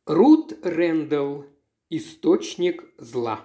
Рут Рэндалл. Источник зла.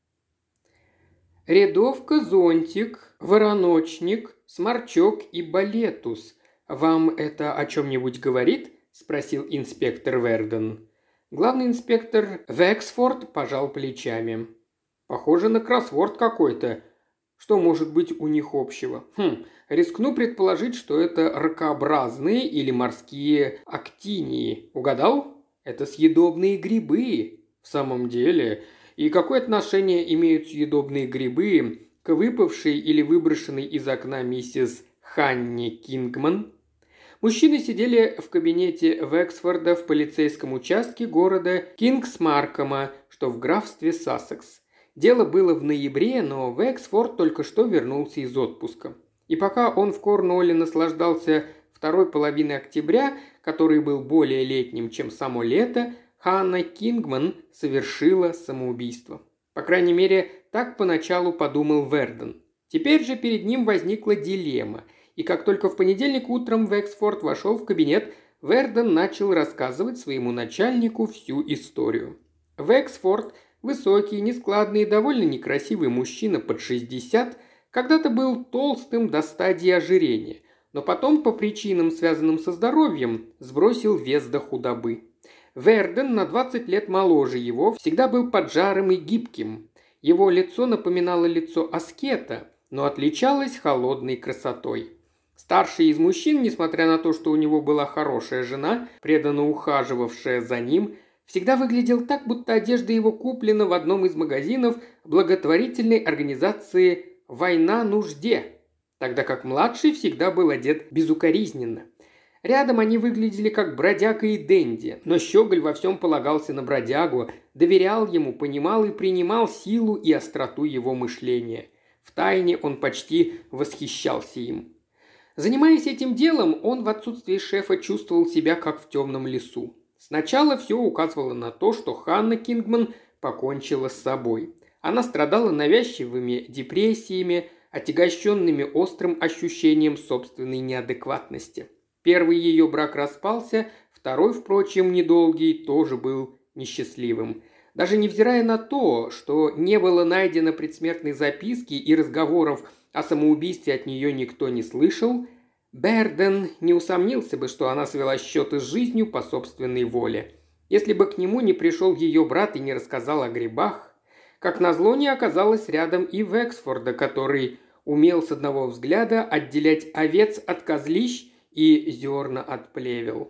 Рядовка, зонтик, вороночник, сморчок и балетус. Вам это о чем-нибудь говорит? Спросил инспектор Верден. Главный инспектор Вексфорд пожал плечами. Похоже на кроссворд какой-то. Что может быть у них общего? Рискну предположить, что это ракообразные или морские актинии. Угадал? Это съедобные грибы. В самом деле. И какое отношение имеют съедобные грибы к выпавшей или выброшенной из окна миссис Ханни Кингман? Мужчины сидели в кабинете Вексфорда в полицейском участке города Кингсмаркома, что в графстве Сассекс. Дело было в ноябре, но Вексфорд только что вернулся из отпуска. И пока он в Корнуолле наслаждался второй половиной октября, который был более летним, чем само лето, Ханна Кингман совершила самоубийство. По крайней мере, так поначалу подумал Верден. Теперь же перед ним возникла дилемма, и как только в понедельник утром Вексфорд вошел в кабинет, Верден начал рассказывать своему начальнику всю историю. Вексфорд, высокий, нескладный и довольно некрасивый мужчина под 60, когда-то был толстым до стадии ожирения, но потом по причинам, связанным со здоровьем, сбросил вес до худобы. Верден, на 20 лет моложе его, всегда был поджарым и гибким. Его лицо напоминало лицо аскета, но отличалось холодной красотой. Старший из мужчин, несмотря на то, что у него была хорошая жена, преданно ухаживавшая за ним, всегда выглядел так, будто одежда его куплена в одном из магазинов благотворительной организации «Война нужде», тогда как младший всегда был одет безукоризненно. Рядом они выглядели как бродяга и денди, но щеголь во всем полагался на бродягу, доверял ему, понимал и принимал силу и остроту его мышления. Втайне он почти восхищался им. Занимаясь этим делом, он в отсутствие шефа чувствовал себя как в темном лесу. Сначала все указывало на то, что Ханна Кингман покончила с собой. Она страдала навязчивыми депрессиями, отягощенными острым ощущением собственной неадекватности. Первый ее брак распался, второй, впрочем, недолгий, тоже был несчастливым. Даже невзирая на то, что не было найдено предсмертной записки и разговоров о самоубийстве от нее никто не слышал, Верден не усомнился бы, что она свела счеты с жизнью по собственной воле. Если бы к нему не пришел ее брат и не рассказал о грибах, как назло не оказалось рядом и Вексфорда, который умел с одного взгляда отделять овец от козлищ и зерна от плевел.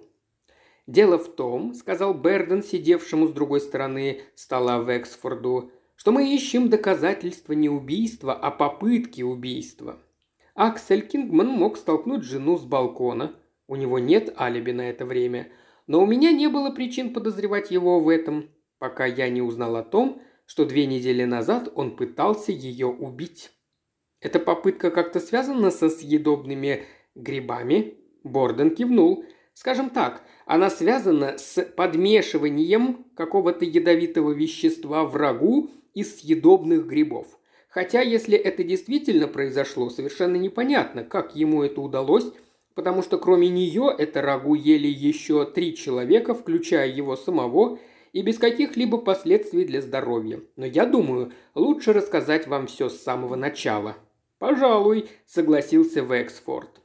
«Дело в том, — сказал Берден, сидевшему с другой стороны стола Вексфорду, — что мы ищем доказательства не убийства, а попытки убийства. Аксель Кингман мог столкнуть жену с балкона. У него нет алиби на это время. Но у меня не было причин подозревать его в этом, пока я не узнал о том, что 2 недели назад он пытался ее убить. Эта попытка как-то связана со съедобными грибами?» Борден кивнул. «Скажем так, она связана с подмешиванием какого-то ядовитого вещества в рагу из съедобных грибов. Хотя, если это действительно произошло, совершенно непонятно, как ему это удалось, потому что кроме нее это рагу ели еще 3 человека, включая его самого, и без каких-либо последствий для здоровья. Но я думаю, лучше рассказать вам все с самого начала». «Пожалуй», — согласился Вексфорд.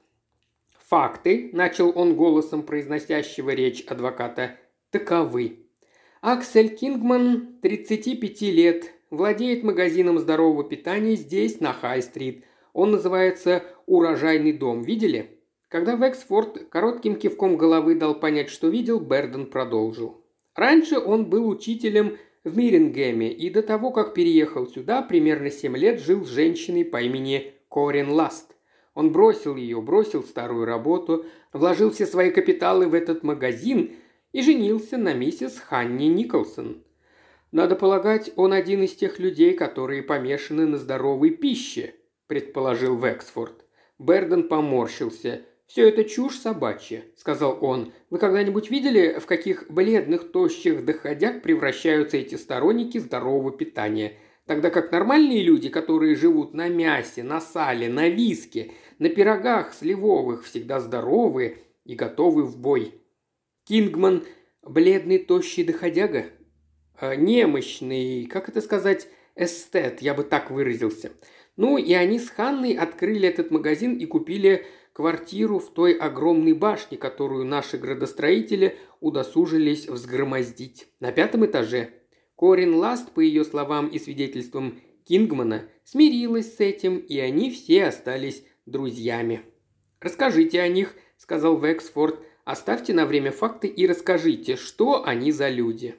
«Факты», – начал он голосом произносящего речь адвоката, – «таковы. Аксель Кингман, 35 лет, владеет магазином здорового питания здесь, на Хай-стрит. Он называется «Урожайный дом». Видели?» Когда Вексфорд коротким кивком головы дал понять, что видел, Берден продолжил. Раньше он был учителем в Мирингеме и до того, как переехал сюда, примерно 7 лет жил с женщиной по имени Корин Ласт. Он бросил ее, бросил старую работу, вложил все свои капиталы в этот магазин и женился на миссис Ханни Николсон. Надо полагать, он один из тех людей, которые помешаны на здоровой пище, предположил Вексфорд. Берден поморщился. «Все это чушь собачья», – сказал он. «Вы когда-нибудь видели, в каких бледных, тощих доходяг превращаются эти сторонники здорового питания? Тогда как нормальные люди, которые живут на мясе, на сале, на виске, на пирогах сливовых, всегда здоровы и готовы в бой». Кингман Бледный, тощий доходяга? Немощный, как это сказать, эстет, я бы так выразился. Ну, и они с Ханной открыли этот магазин и купили квартиру в той огромной башне, которую наши градостроители удосужились взгромоздить. На 5-м этаже. Корин Ласт, по ее словам и свидетельствам Кингмана, смирилась с этим, и они все остались друзьями. «Расскажите о них», — сказал Вексфорд. «Оставьте на время факты и расскажите, что они за люди».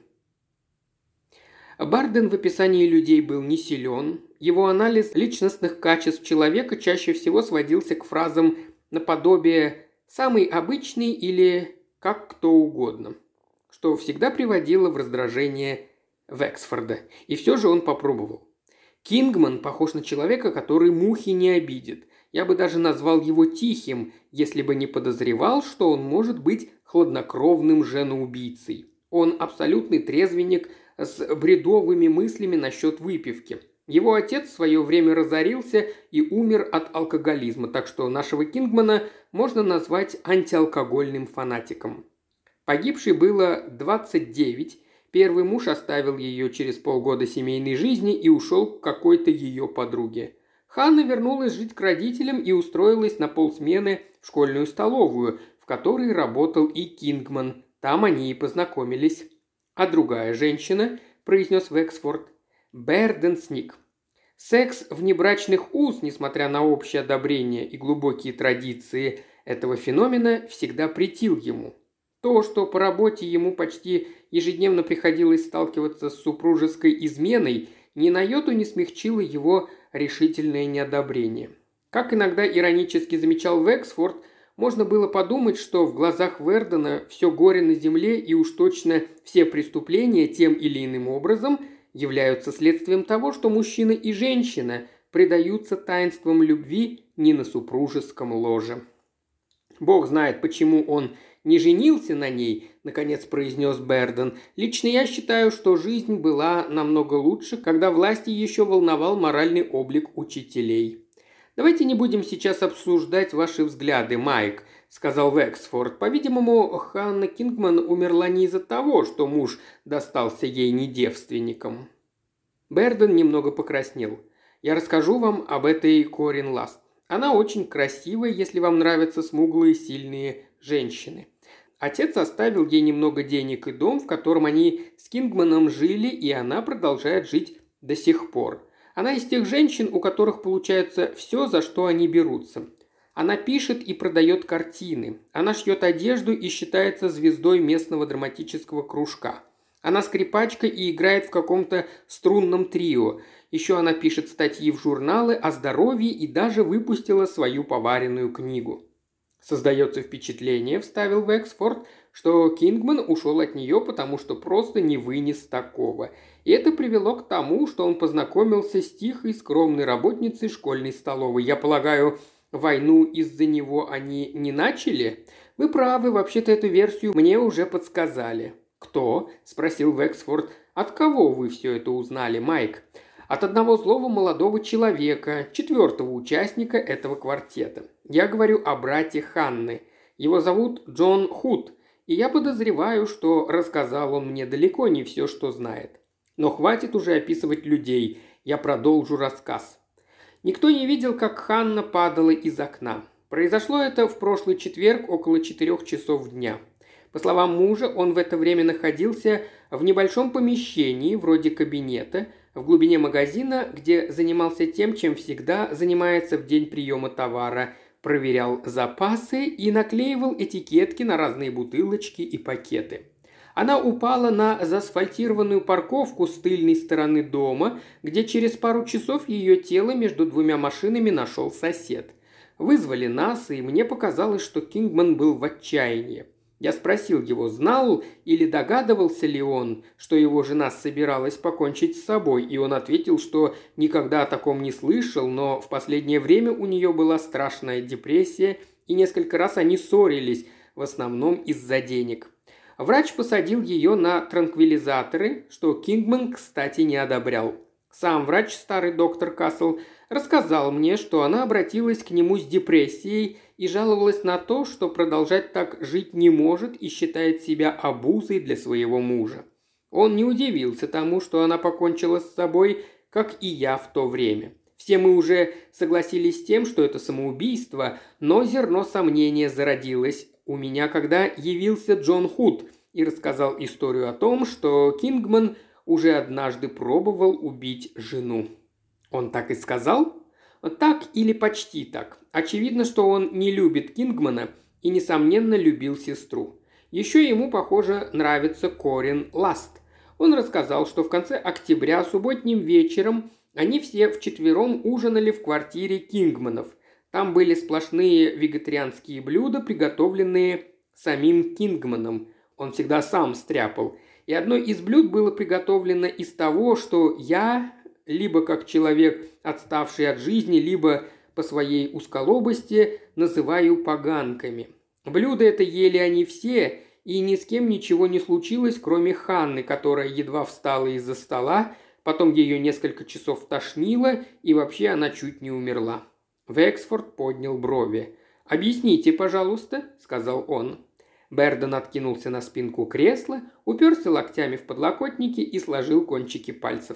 Барден в описании людей был не силен. Его анализ личностных качеств человека чаще всего сводился к фразам наподобие «самый обычный» или «как кто угодно», что всегда приводило в раздражение Вексфорда. И все же он попробовал. Кингман похож на человека, который мухи не обидит. Я бы даже назвал его тихим, если бы не подозревал, что он может быть хладнокровным женоубийцей. Он абсолютный трезвенник с бредовыми мыслями насчет выпивки. Его отец в свое время разорился и умер от алкоголизма, так что нашего Кингмана можно назвать антиалкогольным фанатиком. Погибшей было 29. Первый муж оставил ее через полгода семейной жизни и ушел к какой-то ее подруге. Ханна вернулась жить к родителям и устроилась на полсмены в школьную столовую, в которой работал и Кингман. Там они и познакомились. «А другая женщина», – произнес Вексфорд, – «Берден Сник». Секс внебрачных уз, несмотря на общее одобрение и глубокие традиции этого феномена, всегда претил ему. То, что по работе ему почти ежедневно приходилось сталкиваться с супружеской изменой, ни на йоту не смягчило его решительное неодобрение. Как иногда иронически замечал Вексфорд, можно было подумать, что в глазах Вердена все горе на земле и уж точно все преступления тем или иным образом являются следствием того, что мужчина и женщина предаются таинствам любви не на супружеском ложе. «Бог знает, почему он не женился на ней», – наконец произнес Берден. «Лично я считаю, что жизнь была намного лучше, когда власти еще волновал моральный облик учителей». «Давайте не будем сейчас обсуждать ваши взгляды, Майк», – сказал Вексфорд. «По-видимому, Ханна Кингман умерла не из-за того, что муж достался ей не девственником». Берден немного покраснел. «Я расскажу вам об этой Корин Ласт. Она очень красивая, если вам нравятся смуглые сильные женщины. Отец оставил ей немного денег и дом, в котором они с Кингманом жили, и она продолжает жить до сих пор. Она из тех женщин, у которых получается все, за что они берутся. Она пишет и продает картины. Она шьет одежду и считается звездой местного драматического кружка. Она скрипачка и играет в каком-то струнном трио. Еще она пишет статьи в журналы о здоровье и даже выпустила свою поваренную книгу. «Создается впечатление», – вставил Вексфорд, что Кингман ушел от нее, потому что просто не вынес такого. И это привело к тому, что он познакомился с тихой, скромной работницей школьной столовой. Я полагаю, войну из-за него они не начали? Вы правы, вообще-то эту версию мне уже подсказали. «Кто?» – спросил Вексфорд. «От кого вы все это узнали, Майк?» «От одного злого молодого человека, 4-го участника этого квартета. Я говорю о брате Ханны. Его зовут Джон Худ, и я подозреваю, что рассказал он мне далеко не все, что знает. Но хватит уже описывать людей, я продолжу рассказ. Никто не видел, как Ханна падала из окна. Произошло это в прошлый четверг около 4 часов дня. По словам мужа, он в это время находился в небольшом помещении, вроде кабинета, в глубине магазина, где занимался тем, чем всегда занимается в день приема товара, проверял запасы и наклеивал этикетки на разные бутылочки и пакеты. Она упала на заасфальтированную парковку с тыльной стороны дома, где через пару часов ее тело между 2 машинами нашел сосед. Вызвали нас, и мне показалось, что Кингман был в отчаянии. Я спросил его, знал или догадывался ли он, что его жена собиралась покончить с собой, и он ответил, что никогда о таком не слышал, но в последнее время у нее была страшная депрессия, и несколько раз они ссорились, в основном из-за денег. Врач посадил ее на транквилизаторы, что Кингман, кстати, не одобрял. Сам врач, старый доктор Касл, рассказал мне, что она обратилась к нему с депрессией и жаловалась на то, что продолжать так жить не может и считает себя обузой для своего мужа. Он не удивился тому, что она покончила с собой, как и я в то время. Все мы уже согласились с тем, что это самоубийство, но зерно сомнения зародилось у меня, когда явился Джон Худ и рассказал историю о том, что Кингман уже однажды пробовал убить жену. Он так и сказал? Так или почти так. Очевидно, что он не любит Кингмана и, несомненно, любил сестру. Еще ему, похоже, нравится Корин Ласт. Он рассказал, что в конце октября субботним вечером они все вчетвером ужинали в квартире Кингманов. Там были сплошные вегетарианские блюда, приготовленные самим Кингманом. Он всегда сам стряпал. И одно из блюд было приготовлено из того, что я, либо как человек, отставший от жизни, либо по своей узколобости, называю поганками. Блюдо это ели они все, и ни с кем ничего не случилось, кроме Ханны, которая едва встала из-за стола, потом ее несколько часов тошнило, и вообще она чуть не умерла. Вексфорд поднял брови. «Объясните, пожалуйста», — сказал он. Берден откинулся на спинку кресла, уперся локтями в подлокотники и сложил кончики пальцев.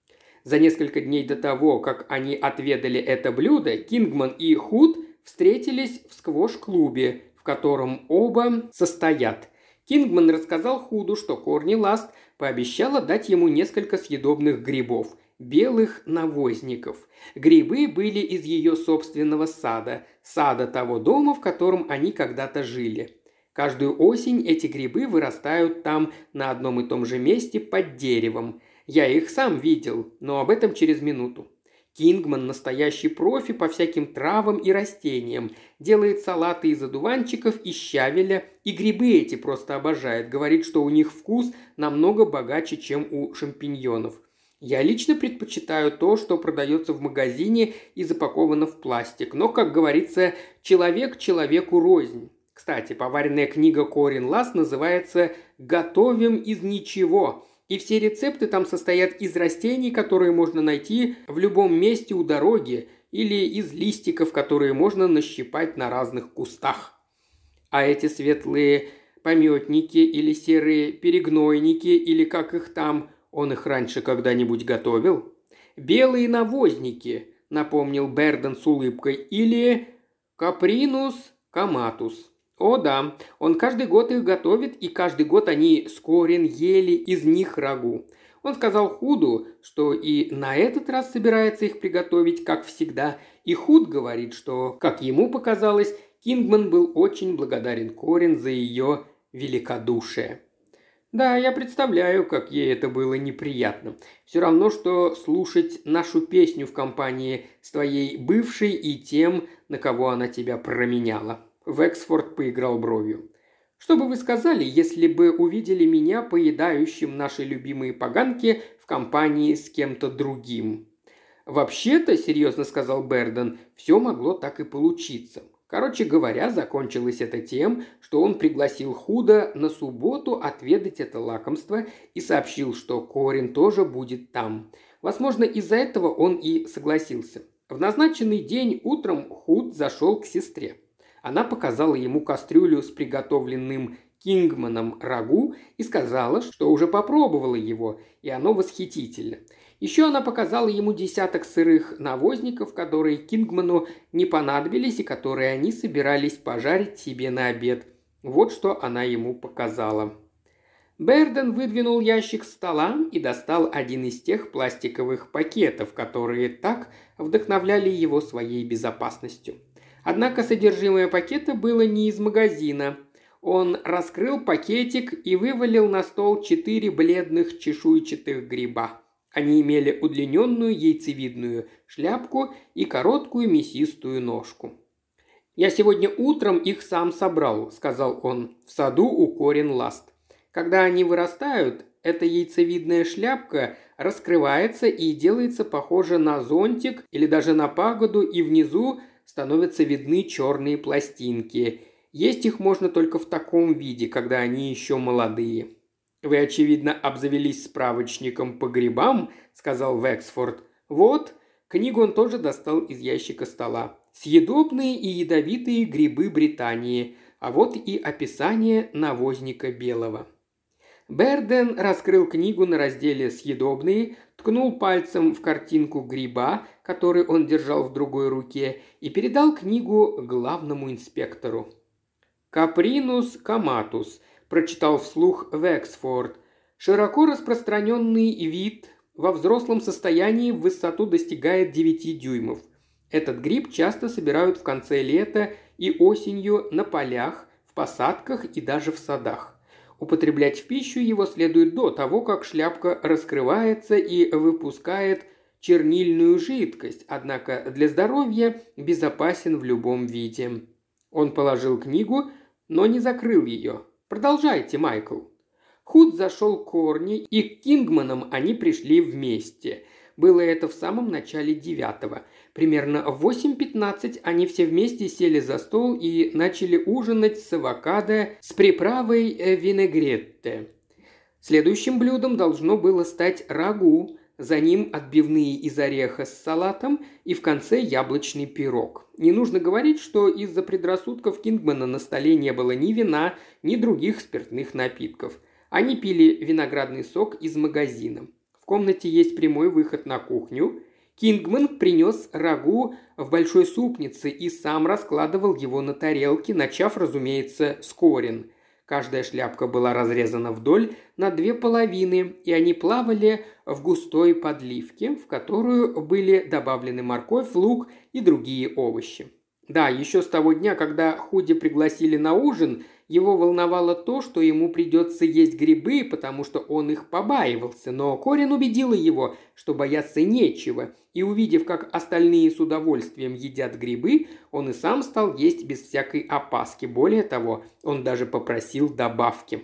За несколько дней до того, как они отведали это блюдо, Кингман и Худ встретились в сквош-клубе, в котором оба состоят. Кингман рассказал Худу, что Корни Ласт пообещала дать ему несколько съедобных грибов – белых навозников. Грибы были из ее собственного сада, сада того дома, в котором они когда-то жили. Каждую осень эти грибы вырастают там на одном и том же месте под деревом. Я их сам видел, но об этом через минуту. Кингман – настоящий профи по всяким травам и растениям. Делает салаты из одуванчиков и щавеля, и грибы эти просто обожает. Говорит, что у них вкус намного богаче, чем у шампиньонов. Я лично предпочитаю то, что продается в магазине и запаковано в пластик. Но, как говорится, человек человеку рознь. Кстати, поваренная книга Корин Ласт называется «Готовим из ничего». И все рецепты там состоят из растений, которые можно найти в любом месте у дороги, или из листиков, которые можно нащипать на разных кустах. А эти светлые пометники или серые перегнойники, или как их там, он их раньше когда-нибудь готовил? Белые навозники, напомнил Берден с улыбкой, или капринус каматус. О да, он каждый год их готовит, и каждый год они с Корин ели из них рагу. Он сказал Худу, что и на этот раз собирается их приготовить, как всегда, и Худ говорит, что, как ему показалось, Кингман был очень благодарен Корин за ее великодушие. Да, я представляю, как ей это было неприятно. Все равно, что слушать нашу песню в компании с твоей бывшей и тем, на кого она тебя променяла. Вексфорд поиграл бровью. Что бы вы сказали, если бы увидели меня поедающим наши любимые поганки в компании с кем-то другим? Вообще-то, серьезно сказал Берден, все могло так и получиться. Короче говоря, закончилось это тем, что он пригласил Худа на субботу отведать это лакомство и сообщил, что Корин тоже будет там. Возможно, из-за этого он и согласился. В назначенный день утром Худ зашел к сестре. Она показала ему кастрюлю с приготовленным Кингманом рагу и сказала, что уже попробовала его, и оно восхитительно. Еще она показала ему десяток сырых навозников, которые Кингману не понадобились и которые они собирались пожарить себе на обед. Вот что она ему показала. Берден выдвинул ящик стола и достал один из тех пластиковых пакетов, которые так вдохновляли его своей безопасностью. Однако содержимое пакета было не из магазина. Он раскрыл пакетик и вывалил на стол 4 бледных чешуйчатых гриба. Они имели удлиненную яйцевидную шляпку и короткую мясистую ножку. «Я сегодня утром их сам собрал», – сказал он, – «в саду у Корин Ласт. Когда они вырастают, эта яйцевидная шляпка раскрывается и делается похожа на зонтик или даже на пагоду, и внизу становятся видны черные пластинки. Есть их можно только в таком виде, когда они еще молодые». «Вы, очевидно, обзавелись справочником по грибам», – сказал Вексфорд. «Вот». Книгу он тоже достал из ящика стола. «Съедобные и ядовитые грибы Британии». А вот и описание навозника белого. Берден раскрыл книгу на разделе «Съедобные», ткнул пальцем в картинку гриба, который он держал в другой руке, и передал книгу главному инспектору. «Капринус каматус», – прочитал вслух Вексфорд. «Широко распространенный вид, во взрослом состоянии в высоту достигает 9 дюймов. Этот гриб часто собирают в конце лета и осенью на полях, в посадках и даже в садах. Употреблять в пищу его следует до того, как шляпка раскрывается и выпускает чернильную жидкость, однако для здоровья безопасен в любом виде». Он положил книгу, но не закрыл ее. «Продолжайте, Майкл». Худ зашел к Корни, и к Кингманам они пришли вместе. Было это в самом начале 9-го. Примерно в 8:15 они все вместе сели за стол и начали ужинать с авокадо с приправой винегретте. Следующим блюдом должно было стать рагу, за ним отбивные из ореха с салатом и в конце яблочный пирог. Не нужно говорить, что из-за предрассудков Кингмана на столе не было ни вина, ни других спиртных напитков. Они пили виноградный сок из магазина. В комнате есть прямой выход на кухню. Кингман принес рагу в большой супнице и сам раскладывал его на тарелки, начав, разумеется, с корен. Каждая шляпка была разрезана вдоль на 2 половины, и они плавали в густой подливке, в которую были добавлены морковь, лук и другие овощи. Да, еще с того дня, когда Худи пригласили на ужин, его волновало то, что ему придется есть грибы, потому что он их побаивался, но Корин убедила его, что бояться нечего, и увидев, как остальные с удовольствием едят грибы, он и сам стал есть без всякой опаски. Более того, он даже попросил добавки.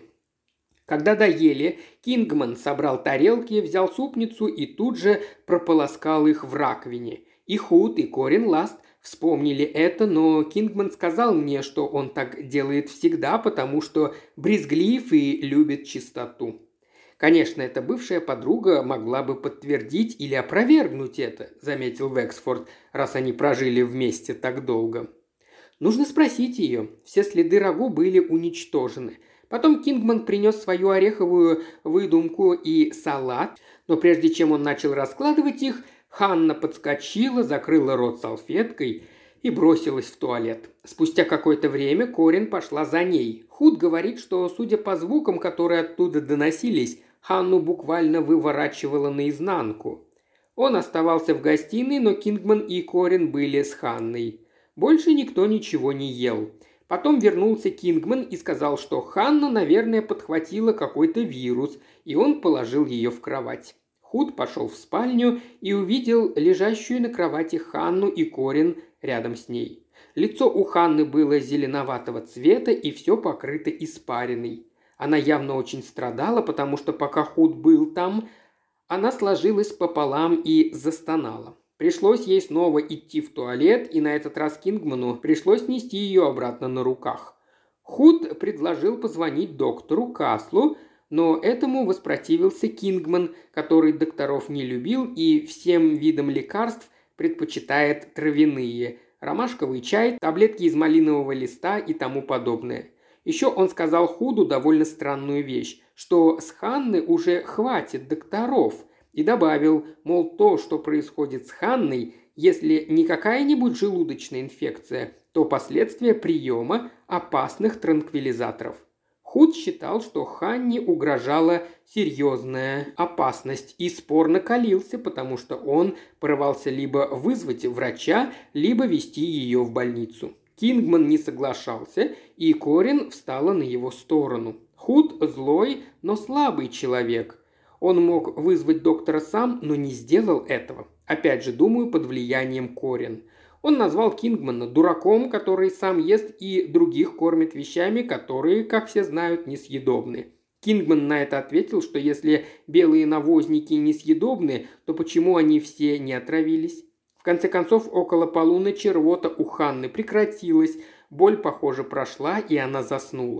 Когда доели, Кингман собрал тарелки, взял супницу и тут же прополоскал их в раковине. И Худ, и Корин Ласт вспомнили это, но Кингман сказал мне, что он так делает всегда, потому что брезглив и любит чистоту. «Конечно, эта бывшая подруга могла бы подтвердить или опровергнуть это», – заметил Вексфорд, раз они прожили вместе так долго. «Нужно спросить ее. Все следы рагу были уничтожены. Потом Кингман принес свою ореховую выдумку и салат, но прежде чем он начал раскладывать их, Ханна подскочила, закрыла рот салфеткой и бросилась в туалет. Спустя какое-то время Корин пошла за ней. Худ говорит, что, судя по звукам, которые оттуда доносились, Ханну буквально выворачивала наизнанку. Он оставался в гостиной, но Кингман и Корин были с Ханной. Больше никто ничего не ел. Потом вернулся Кингман и сказал, что Ханна, наверное, подхватила какой-то вирус, и он положил ее в кровать. Худ пошел в спальню и увидел лежащую на кровати Ханну и Корин рядом с ней. Лицо у Ханны было зеленоватого цвета и все покрыто испариной. Она явно очень страдала, потому что пока Худ был там, она сложилась пополам и застонала. Пришлось ей снова идти в туалет, и на этот раз Кингману пришлось нести ее обратно на руках. Худ предложил позвонить доктору Каслу, но этому воспротивился Кингман, который докторов не любил и всем видам лекарств предпочитает травяные – ромашковый чай, таблетки из малинового листа и тому подобное. Еще он сказал Худу довольно странную вещь, что с Ханны уже хватит докторов, и добавил, мол, то, что происходит с Ханной, если не какая-нибудь желудочная инфекция, то последствия приема опасных транквилизаторов. Худ считал, что Ханне угрожала серьезная опасность, и спор накалился, потому что он порывался либо вызвать врача, либо везти ее в больницу. Кингман не соглашался, и Корин встала на его сторону. Худ злой, но слабый человек. Он мог вызвать доктора сам, но не сделал этого. Опять же, думаю, под влиянием Корин. Он назвал Кингмана дураком, который сам ест и других кормит вещами, которые, как все знают, несъедобны. Кингман на это ответил, что если белые навозники несъедобны, то почему они все не отравились? В конце концов, около полуночи рвота у Ханны прекратилась, боль, похоже, прошла, и она заснула.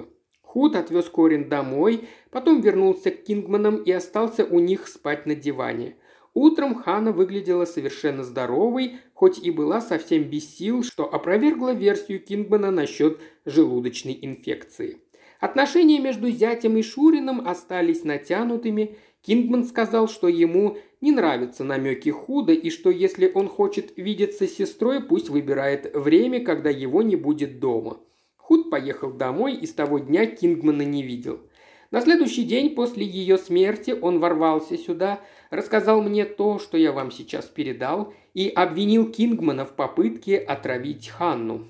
Худ отвез Корин домой, потом вернулся к Кингманам и остался у них спать на диване. Утром Ханна выглядела совершенно здоровой, хоть и была совсем без сил, что опровергла версию Кингмана насчет желудочной инфекции. Отношения между зятем и Шурином остались натянутыми. Кингман сказал, что ему не нравятся намеки Худа и что если он хочет видеться с сестрой, пусть выбирает время, когда его не будет дома. Худ поехал домой и с того дня Кингмана не видел. На следующий день после ее смерти он ворвался сюда, рассказал мне то, что я вам сейчас передал, и обвинил Кингмана в попытке отравить Ханну.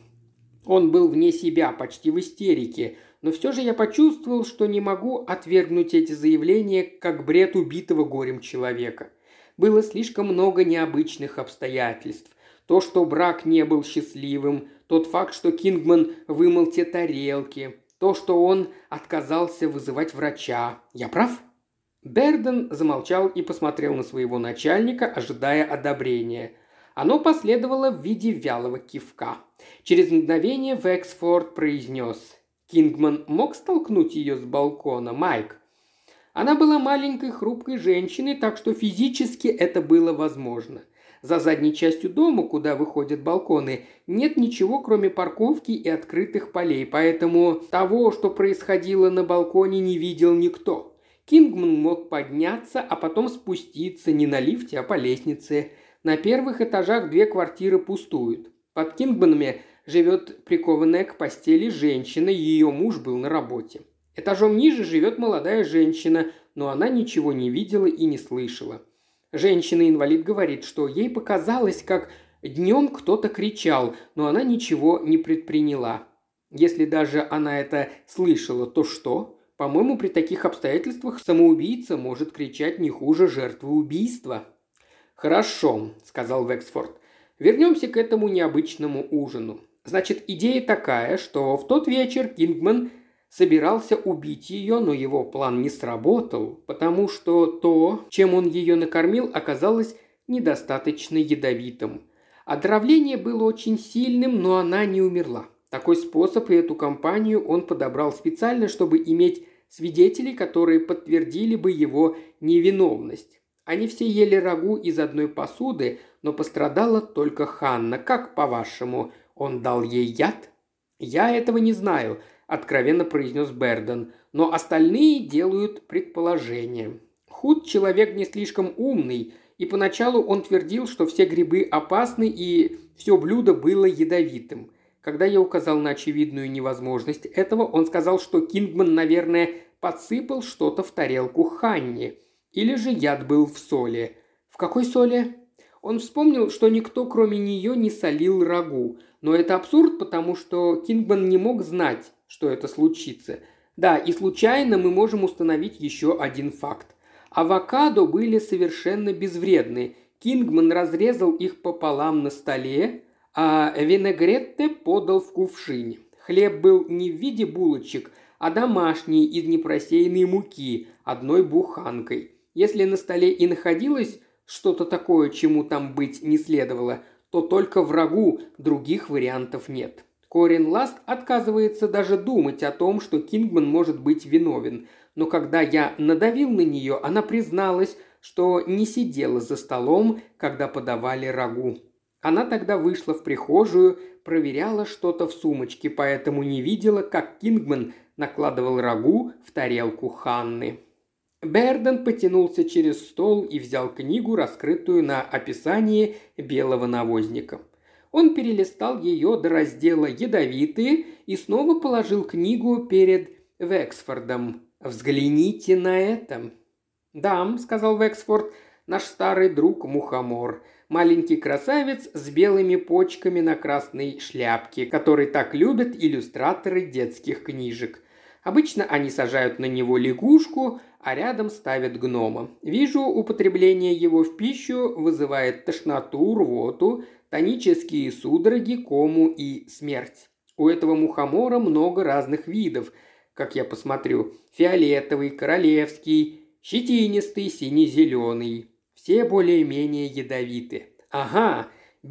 Он был вне себя, почти в истерике, но все же я почувствовал, что не могу отвергнуть эти заявления как бред убитого горем человека. Было слишком много необычных обстоятельств. То, что брак не был счастливым, тот факт, что Кингман вымыл те тарелки, то, что он отказался вызывать врача. Я прав? Берден замолчал и посмотрел на своего начальника, ожидая одобрения. Оно последовало в виде вялого кивка. Через мгновение Вексфорд произнес: «Кингман мог столкнуть ее с балкона, Майк?» Она была маленькой хрупкой женщиной, так что физически это было возможно. За задней частью дома, куда выходят балконы, нет ничего, кроме парковки и открытых полей, поэтому того, что происходило на балконе, не видел никто. Кингман мог подняться, а потом спуститься не на лифте, а по лестнице. На первых этажах 2 квартиры пустуют. Под Кингманами живет прикованная к постели женщина, ее муж был на работе. Этажом ниже живет молодая женщина, но она ничего не видела и не слышала. Женщина-инвалид говорит, что ей показалось, как днем кто-то кричал, но она ничего не предприняла. Если даже она это слышала, то что? По-моему, при таких обстоятельствах самоубийца может кричать не хуже жертвы убийства. «Хорошо», – сказал Вексфорд. «Вернемся к этому необычному ужину. Значит, идея такая, что в тот вечер Кингман собирался убить ее, но его план не сработал, потому что то, чем он ее накормил, оказалось недостаточно ядовитым. Отравление было очень сильным, но она не умерла. Такой способ и эту компанию он подобрал специально, чтобы иметь свидетелей, которые подтвердили бы его невиновность. Они все ели рагу из одной посуды, но пострадала только Ханна. Как, по-вашему, он дал ей яд?» «Я этого не знаю», – откровенно произнес Берден, «но остальные делают предположения. Худ человек не слишком умный, и поначалу он твердил, что все грибы опасны и все блюдо было ядовитым. Когда я указал на очевидную невозможность этого, он сказал, что Кингман, наверное, подсыпал что-то в тарелку Ханни. Или же яд был в соли. В какой соли? Он вспомнил, что никто, кроме нее, не солил рагу. Но это абсурд, потому что Кингман не мог знать, что это случится. Да, и случайно мы можем установить еще один факт. Авокадо были совершенно безвредны. Кингман разрезал их пополам на столе, а винегретте подал в кувшине. Хлеб был не в виде булочек, а домашний, из непросеянной муки, одной буханкой. Если на столе и находилось что-то такое, чему там быть не следовало, то только в рагу, других вариантов нет. Корин Ласт отказывается даже думать о том, что Кингман может быть виновен, но когда я надавил на нее, она призналась, что не сидела за столом, когда подавали рагу. Она тогда вышла в прихожую, проверяла что-то в сумочке, поэтому не видела, как Кингман накладывал рагу в тарелку Ханны. Берден потянулся через стол и взял книгу, раскрытую на описании белого навозника. Он перелистал ее до раздела «Ядовитые» и снова положил книгу перед Вексфордом. «Взгляните на это». «Да», – сказал Вексфорд, – «наш старый друг Мухомор. Маленький красавец с белыми почками на красной шляпке, который так любят иллюстраторы детских книжек. Обычно они сажают на него лягушку, а рядом ставят гнома. Вижу, употребление его в пищу вызывает тошноту, рвоту, тонические судороги, кому и смерть. У этого мухомора много разных видов, как я посмотрю. Фиолетовый, королевский, щетинистый, сине-зеленый. Все более-менее ядовиты. Ага,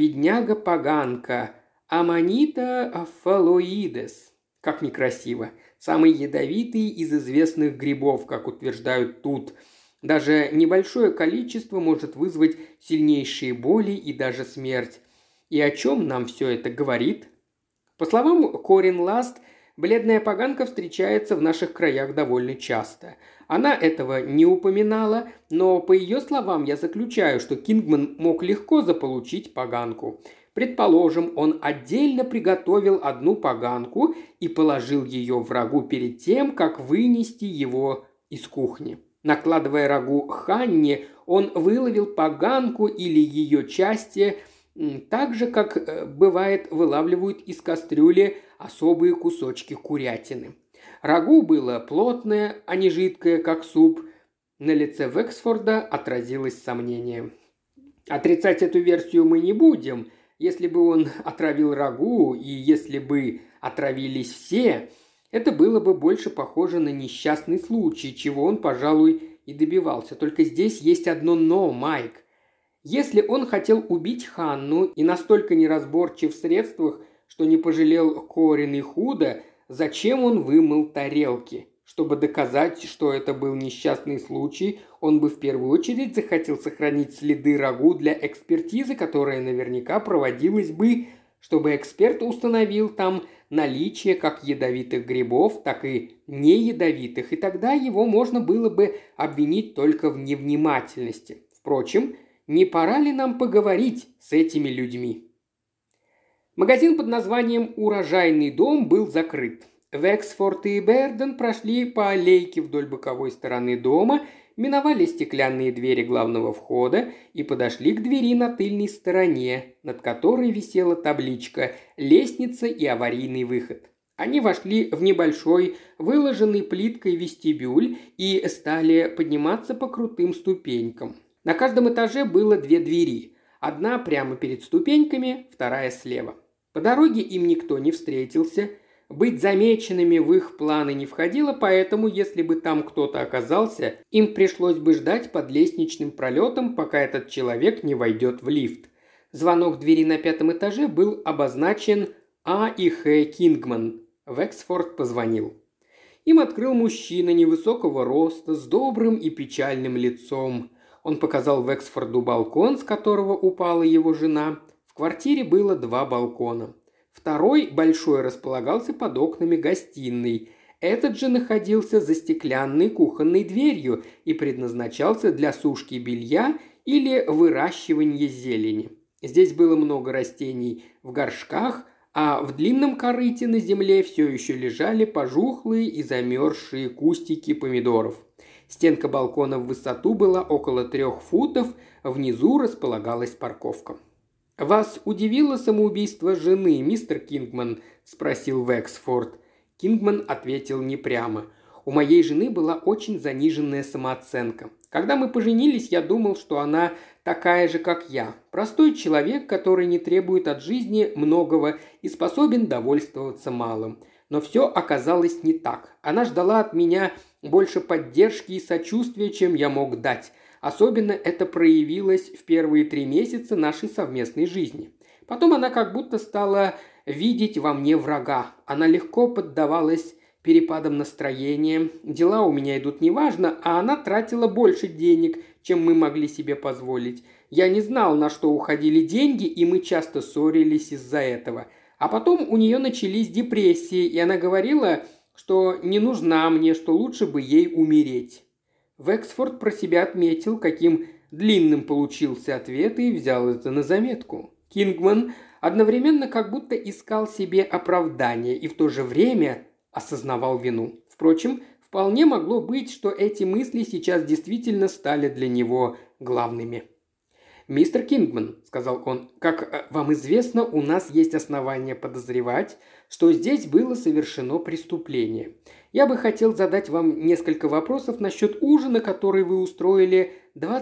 бедняга-поганка, Аманита фалоидес. Как некрасиво. самый ядовитый из известных грибов, как утверждают тут. Даже небольшое количество может вызвать сильнейшие боли и даже смерть. И о чем нам все это говорит? По словам Корин Ласт, бледная поганка встречается в наших краях довольно часто. Она этого не упоминала, но по ее словам я заключаю, что Кингман мог легко заполучить поганку. Предположим, он отдельно приготовил одну поганку и положил ее врагу перед тем, как вынести его из кухни. Накладывая рагу Ханне, он выловил поганку или ее части, так же, как бывает вылавливают из кастрюли особые кусочки курятины. Рагу было плотное, а не жидкое, как суп. На лице Вексфорда отразилось сомнение. Отрицать эту версию мы не будем. Если бы он отравил рагу, и если бы отравились все, это было бы больше похоже на несчастный случай, чего он, пожалуй, и добивался. Только здесь есть одно «но», Майк. Если он хотел убить Ханну и настолько неразборчив в средствах, что не пожалел Корин и Худа, зачем он вымыл тарелки? Чтобы доказать, что это был несчастный случай, он бы в первую очередь захотел сохранить следы рагу для экспертизы, которая наверняка проводилась бы, чтобы эксперт установил там наличие как ядовитых грибов, так и неядовитых, и тогда его можно было бы обвинить только в невнимательности. Впрочем, не пора ли нам поговорить с этими людьми? Магазин под названием «Урожайный дом» был закрыт. Вексфорд и Берден прошли по аллейке вдоль боковой стороны дома, миновали стеклянные двери главного входа и подошли к двери на тыльной стороне, над которой висела табличка «Лестница и аварийный выход». Они вошли в небольшой, выложенный плиткой вестибюль и стали подниматься по крутым ступенькам. На каждом этаже было 2 двери. Одна прямо перед ступеньками, вторая слева. По дороге им никто не встретился. Быть замеченными в их планы не входило, поэтому, если бы там кто-то оказался, им пришлось бы ждать под лестничным пролетом, пока этот человек не войдет в лифт. Звонок двери на 5-м этаже был обозначен А. и Х. Кингман. Вексфорд позвонил. Им открыл мужчина невысокого роста, с добрым и печальным лицом. Он показал Вексфорду балкон, с которого упала его жена. В квартире было 2 балкона. Второй, большой, располагался под окнами гостиной. Этот же находился за стеклянной кухонной дверью и предназначался для сушки белья или выращивания зелени. Здесь было много растений в горшках, а в длинном корыте на земле все еще лежали пожухлые и замерзшие кустики помидоров. Стенка балкона в высоту была около 3 футов, внизу располагалась парковка. «Вас удивило самоубийство жены, мистер Кингман?» – спросил Вексфорд. Кингман ответил непрямо. «У моей жены была очень заниженная самооценка. Когда мы поженились, я думал, что она такая же, как я. Простой человек, который не требует от жизни многого и способен довольствоваться малым. Но все оказалось не так. Она ждала от меня больше поддержки и сочувствия, чем я мог дать. Особенно это проявилось в первые 3 месяца нашей совместной жизни. Потом она как будто стала видеть во мне врага. Она легко поддавалась перепадам настроения. Дела у меня идут неважно, а она тратила больше денег, чем мы могли себе позволить. Я не знал, на что уходили деньги, и мы часто ссорились из-за этого. А потом у нее начались депрессии, и она говорила, что не нужна мне, что лучше бы ей умереть». Вексфорд про себя отметил, каким длинным получился ответ, и взял это на заметку. Кингман одновременно как будто искал себе оправдание и в то же время осознавал вину. Впрочем, вполне могло быть, что эти мысли сейчас действительно стали для него главными. «Мистер Кингман», – сказал он, – «как вам известно, у нас есть основания подозревать, что здесь было совершено преступление. Я бы хотел задать вам несколько вопросов насчет ужина, который вы устроили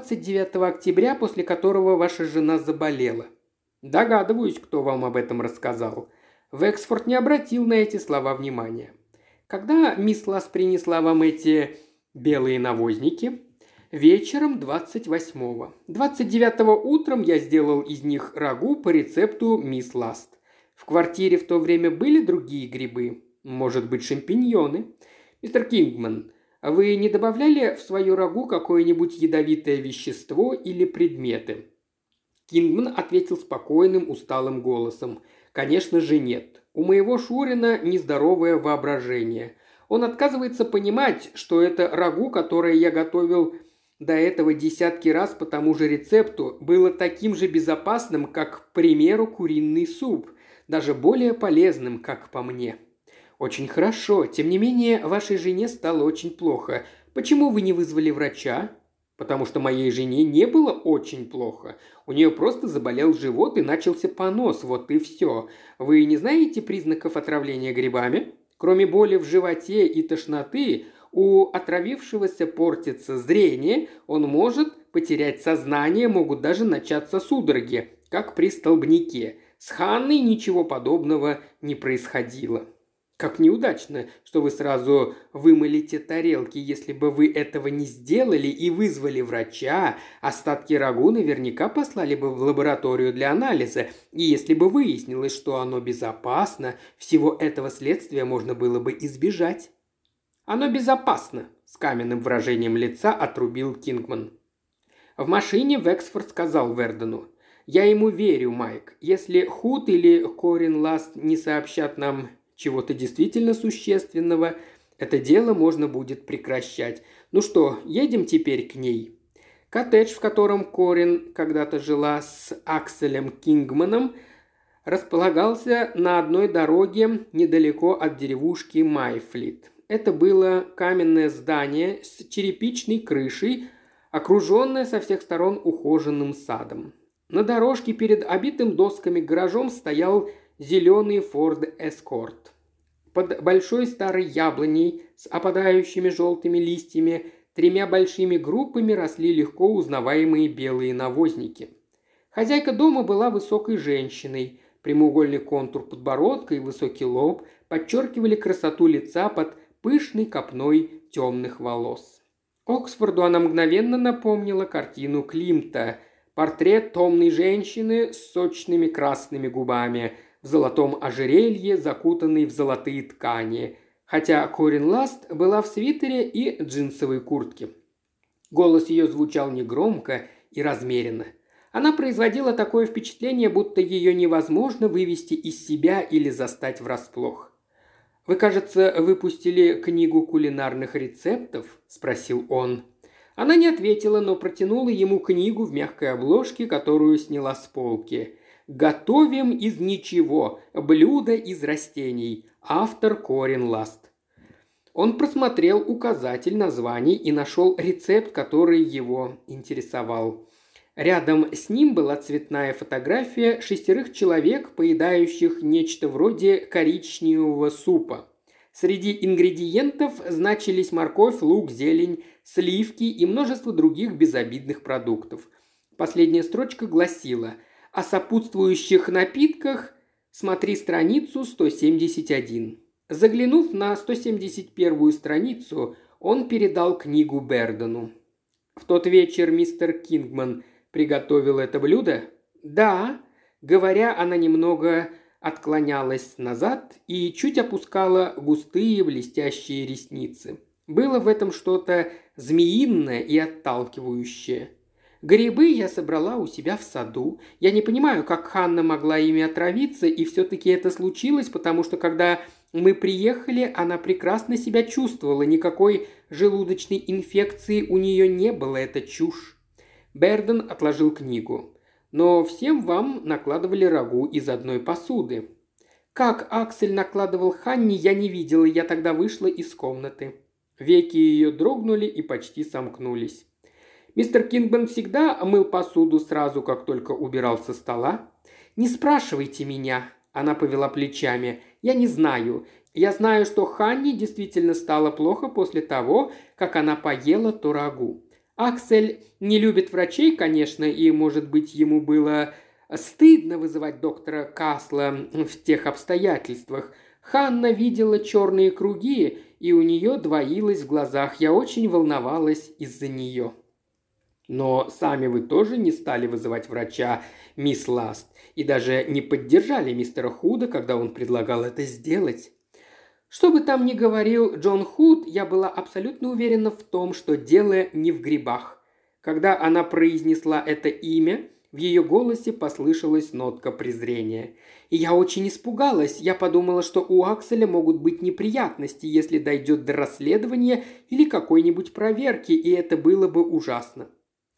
29 октября, после которого ваша жена заболела». «Догадываюсь, кто вам об этом рассказал». Вексфорд не обратил на эти слова внимания. «Когда мисс Ласс принесла вам эти белые навозники?» «Вечером 28-го. 29-го утром я сделал из них рагу по рецепту мисс Ласт. В квартире в то время были другие грибы?» Может быть, шампиньоны. Мистер Кингман, вы не добавляли в свою рагу какое-нибудь ядовитое вещество или предметы? Кингман ответил спокойным, усталым голосом. «Конечно же нет. У моего Шурина нездоровое воображение. Он отказывается понимать, что это рагу, которое я готовил до этого десятки раз по тому же рецепту, было таким же безопасным, как, к примеру, куриный суп, даже более полезным, как по мне». «Очень хорошо. Тем не менее, вашей жене стало очень плохо. Почему вы не вызвали врача?» «Потому что моей жене не было очень плохо. У нее просто заболел живот и начался понос, вот и все. Вы не знаете признаков отравления грибами? Кроме боли в животе и тошноты, у отравившегося портится зрение, он может потерять сознание, могут даже начаться судороги, как при столбняке. С Ханной ничего подобного не происходило». «Как неудачно, что вы сразу вымыли те тарелки. Если бы вы этого не сделали и вызвали врача, остатки рагу наверняка послали бы в лабораторию для анализа. И если бы выяснилось, что оно безопасно, всего этого следствия можно было бы избежать». «Оно безопасно», – с каменным выражением лица отрубил Кингман. В машине Вексфорд сказал Вердену: «Я ему верю, Майк. Если Худ или Корин Ласт не сообщат нам чего-то действительно существенного, это дело можно будет прекращать. Ну что, едем теперь к ней». Коттедж, в котором Корин когда-то жила с Акселем Кингманом, располагался на одной дороге недалеко от деревушки Майфлит. Это было каменное здание с черепичной крышей, окруженное со всех сторон ухоженным садом. На дорожке перед обитым досками гаражом стоял зеленый Ford Escort. Под большой старой яблоней с опадающими желтыми листьями тремя большими группами росли легко узнаваемые белые навозники. Хозяйка дома была высокой женщиной. Прямоугольный контур подбородка и высокий лоб подчеркивали красоту лица под пышной копной темных волос. Оксфорду она мгновенно напомнила картину Климта – портрет томной женщины с сочными красными губами, в золотом ожерелье, закутанной в золотые ткани, хотя Корин Ласт была в свитере и джинсовой куртке. Голос ее звучал негромко и размеренно. Она производила такое впечатление, будто ее невозможно вывести из себя или застать врасплох. «Вы, кажется, выпустили книгу кулинарных рецептов?» – спросил он. Она не ответила, но протянула ему книгу в мягкой обложке, которую сняла с полки. «Готовим из ничего. Блюда из растений». Автор Корин Ласт. Он просмотрел указатель названий и нашел рецепт, который его интересовал. Рядом с ним была цветная фотография 6 человек, поедающих нечто вроде коричневого супа. Среди ингредиентов значились морковь, лук, зелень, сливки и множество других безобидных продуктов. Последняя строчка гласила: «О сопутствующих напитках смотри страницу 171». Заглянув на 171-ю страницу, он передал книгу Бердену. «В тот вечер мистер Кингман приготовил это блюдо?» «Да». Говоря, она немного отклонялась назад и чуть опускала густые блестящие ресницы. Было в этом что-то змеиное и отталкивающее. «Грибы я собрала у себя в саду. Я не понимаю, как Ханна могла ими отравиться, и все-таки это случилось, потому что когда мы приехали, она прекрасно себя чувствовала, никакой желудочной инфекции у нее не было, это чушь». Берден отложил книгу. «Но всем вам накладывали рагу из одной посуды». «Как Аксель накладывал Ханне, я не видела, я тогда вышла из комнаты». Веки ее дрогнули и почти сомкнулись. «Мистер Кингман всегда мыл посуду сразу, как только убирал со стола?» «Не спрашивайте меня», – она повела плечами. «Я не знаю. Я знаю, что Ханне действительно стало плохо после того, как она поела то рагу. Аксель не любит врачей, конечно, и, может быть, ему было стыдно вызывать доктора Касла в тех обстоятельствах. Ханна видела черные круги, и у нее двоилось в глазах. Я очень волновалась из-за нее». «Но сами вы тоже не стали вызывать врача, мисс Ласт, и даже не поддержали мистера Худа, когда он предлагал это сделать?» Что бы там ни говорил Джон Худ, я была абсолютно уверена в том, что дело не в грибах. Когда она произнесла это имя, в ее голосе послышалась нотка презрения. И я очень испугалась. Я подумала, что у Акселя могут быть неприятности, если дойдет до расследования или какой-нибудь проверки, и это было бы ужасно.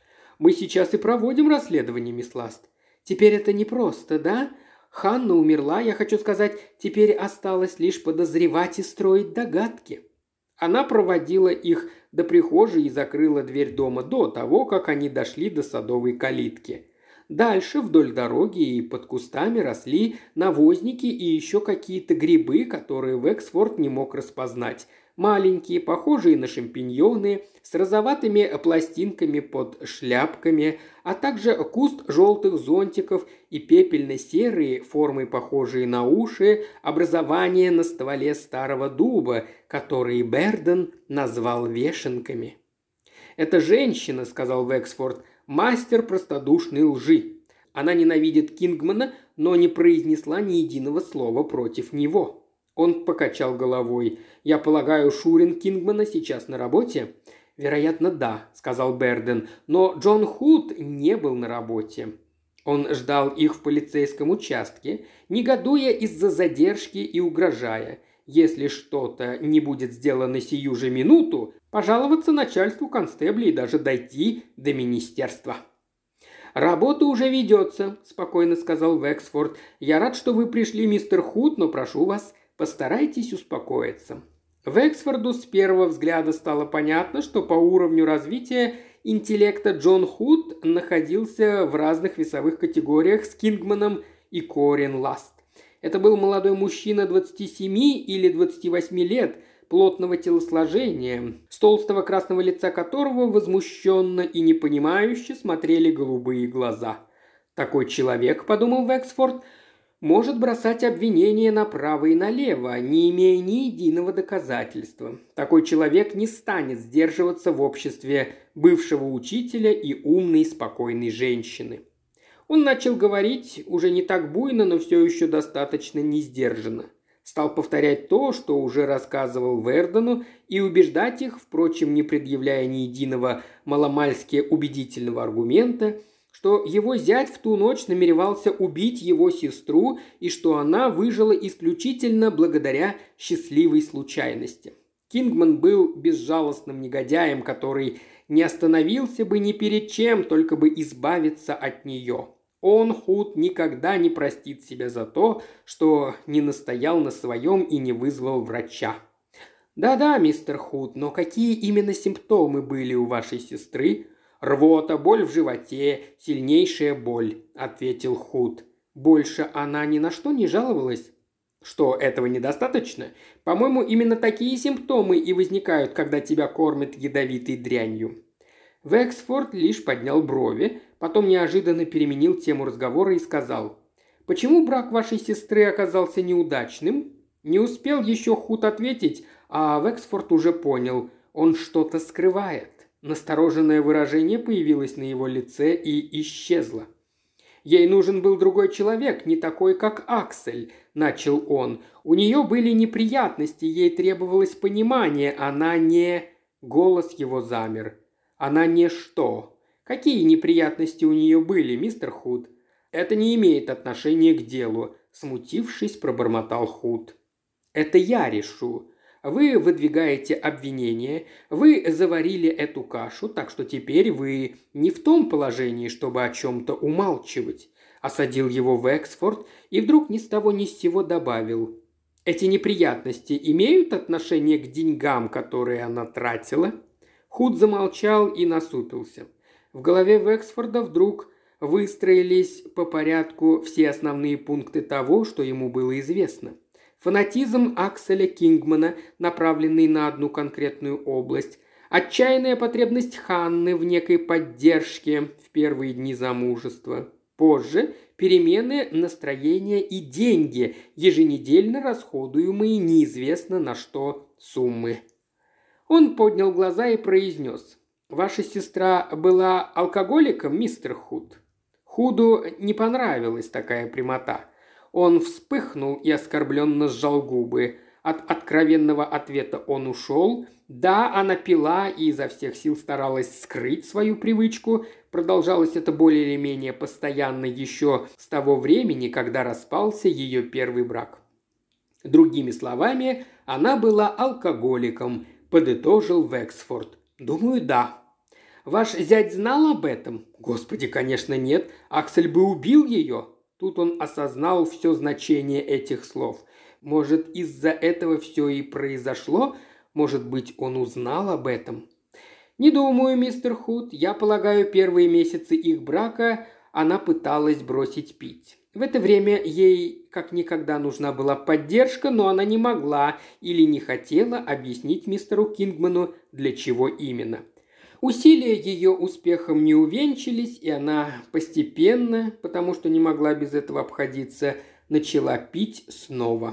Мы сейчас и проводим расследование, мисс Ласт. Теперь это непросто, да? Ханна умерла, я хочу сказать, теперь осталось лишь подозревать и строить догадки. Она проводила их до прихожей и закрыла дверь дома до того, как они дошли до садовой калитки. Дальше вдоль дороги и под кустами росли навозники и еще какие-то грибы, которые Вексфорд не мог распознать. Маленькие, похожие на шампиньоны, с розоватыми пластинками под шляпками, а также куст желтых зонтиков и пепельно-серые, формой похожие на уши, образования на стволе старого дуба, которые Берден назвал вешенками. «Эта женщина», — сказал Вексфорд, — «мастер простодушной лжи. Она ненавидит Кингмана, но не произнесла ни единого слова против него». Он покачал головой. «Я полагаю, Шурин Кингмана сейчас на работе?» «Вероятно, да», — сказал Берден, — «но Джон Худ не был на работе». Он ждал их в полицейском участке, негодуя из-за задержки и угрожая, если что-то не будет сделано сию же минуту, пожаловаться начальству констебля и даже дойти до министерства. «Работа уже ведется», – спокойно сказал Вексфорд. «Я рад, что вы пришли, мистер Худ, но прошу вас, постарайтесь успокоиться». Вексфорду с первого взгляда стало понятно, что по уровню развития интеллекта Джон Худ находился в разных весовых категориях с Кингманом и Корин Ласт. Это был молодой мужчина 27 или 28 лет, плотного телосложения, с толстого красного лица которого возмущенно и непонимающе смотрели голубые глаза. «Такой человек, — подумал Вексфорд, — может бросать обвинения направо и налево, не имея ни единого доказательства. Такой человек не станет сдерживаться в обществе бывшего учителя и умной, спокойной женщины». Он начал говорить уже не так буйно, но все еще достаточно несдержанно. Стал повторять то, что уже рассказывал Вердену, и убеждать их, впрочем, не предъявляя ни единого маломальски убедительного аргумента, что его зять в ту ночь намеревался убить его сестру и что она выжила исключительно благодаря счастливой случайности. Кингман был безжалостным негодяем, который не остановился бы ни перед чем, только бы избавиться от нее. Он, Худ, никогда не простит себя за то, что не настоял на своем и не вызвал врача. «Да-да, мистер Худ, но какие именно симптомы были у вашей сестры?» «Рвота, боль в животе, сильнейшая боль», – ответил Худ. «Больше она ни на что не жаловалась?» «Что, этого недостаточно? По-моему, именно такие симптомы и возникают, когда тебя кормят ядовитой дрянью». Вексфорд лишь поднял брови, потом неожиданно переменил тему разговора и сказал: «Почему брак вашей сестры оказался неудачным?» Не успел еще Худ ответить, а Вексфорд уже понял – он что-то скрывает. Настороженное выражение появилось на его лице и исчезло. «Ей нужен был другой человек, не такой, как Аксель», – начал он. «У нее были неприятности, ей требовалось понимание, она не...» Голос его замер. «Она не что? Какие неприятности у нее были, мистер Худ?» «Это не имеет отношения к делу», – смутившись, пробормотал Худ. «Это я решу. Вы выдвигаете обвинение, вы заварили эту кашу, так что теперь вы не в том положении, чтобы о чем-то умалчивать», – осадил его Вексфорд и вдруг ни с того ни с сего добавил: «Эти неприятности имеют отношение к деньгам, которые она тратила?» Худ замолчал и насупился. В голове Вексфорда вдруг выстроились по порядку все основные пункты того, что ему было известно. Фанатизм Акселя Кингмана, направленный на одну конкретную область, отчаянная потребность Ханны в некой поддержке в первые дни замужества. Позже перемены настроения и деньги, еженедельно расходуемые неизвестно на что суммы. Он поднял глаза и произнес: «Ваша сестра была алкоголиком, мистер Худ?» Худу не понравилась такая прямота. Он вспыхнул и оскорбленно сжал губы. От откровенного ответа он ушел. Да, она пила и изо всех сил старалась скрыть свою привычку. Продолжалось это более или менее постоянно еще с того времени, когда распался ее первый брак. Другими словами, она была алкоголиком, подытожил Вексфорд. Думаю, да. Ваш зять знал об этом? Господи, конечно, нет. Аксель бы убил ее. Тут он осознал все значение этих слов. Может, из-за этого все и произошло? Может быть, он узнал об этом? Не думаю, мистер Худ. Я полагаю, первые месяцы их брака она пыталась бросить пить. В это время ей как никогда нужна была поддержка, но она не могла или не хотела объяснить мистеру Кингману, для чего именно. Усилия ее успехом не увенчались, и она постепенно, потому что не могла без этого обходиться, начала пить снова.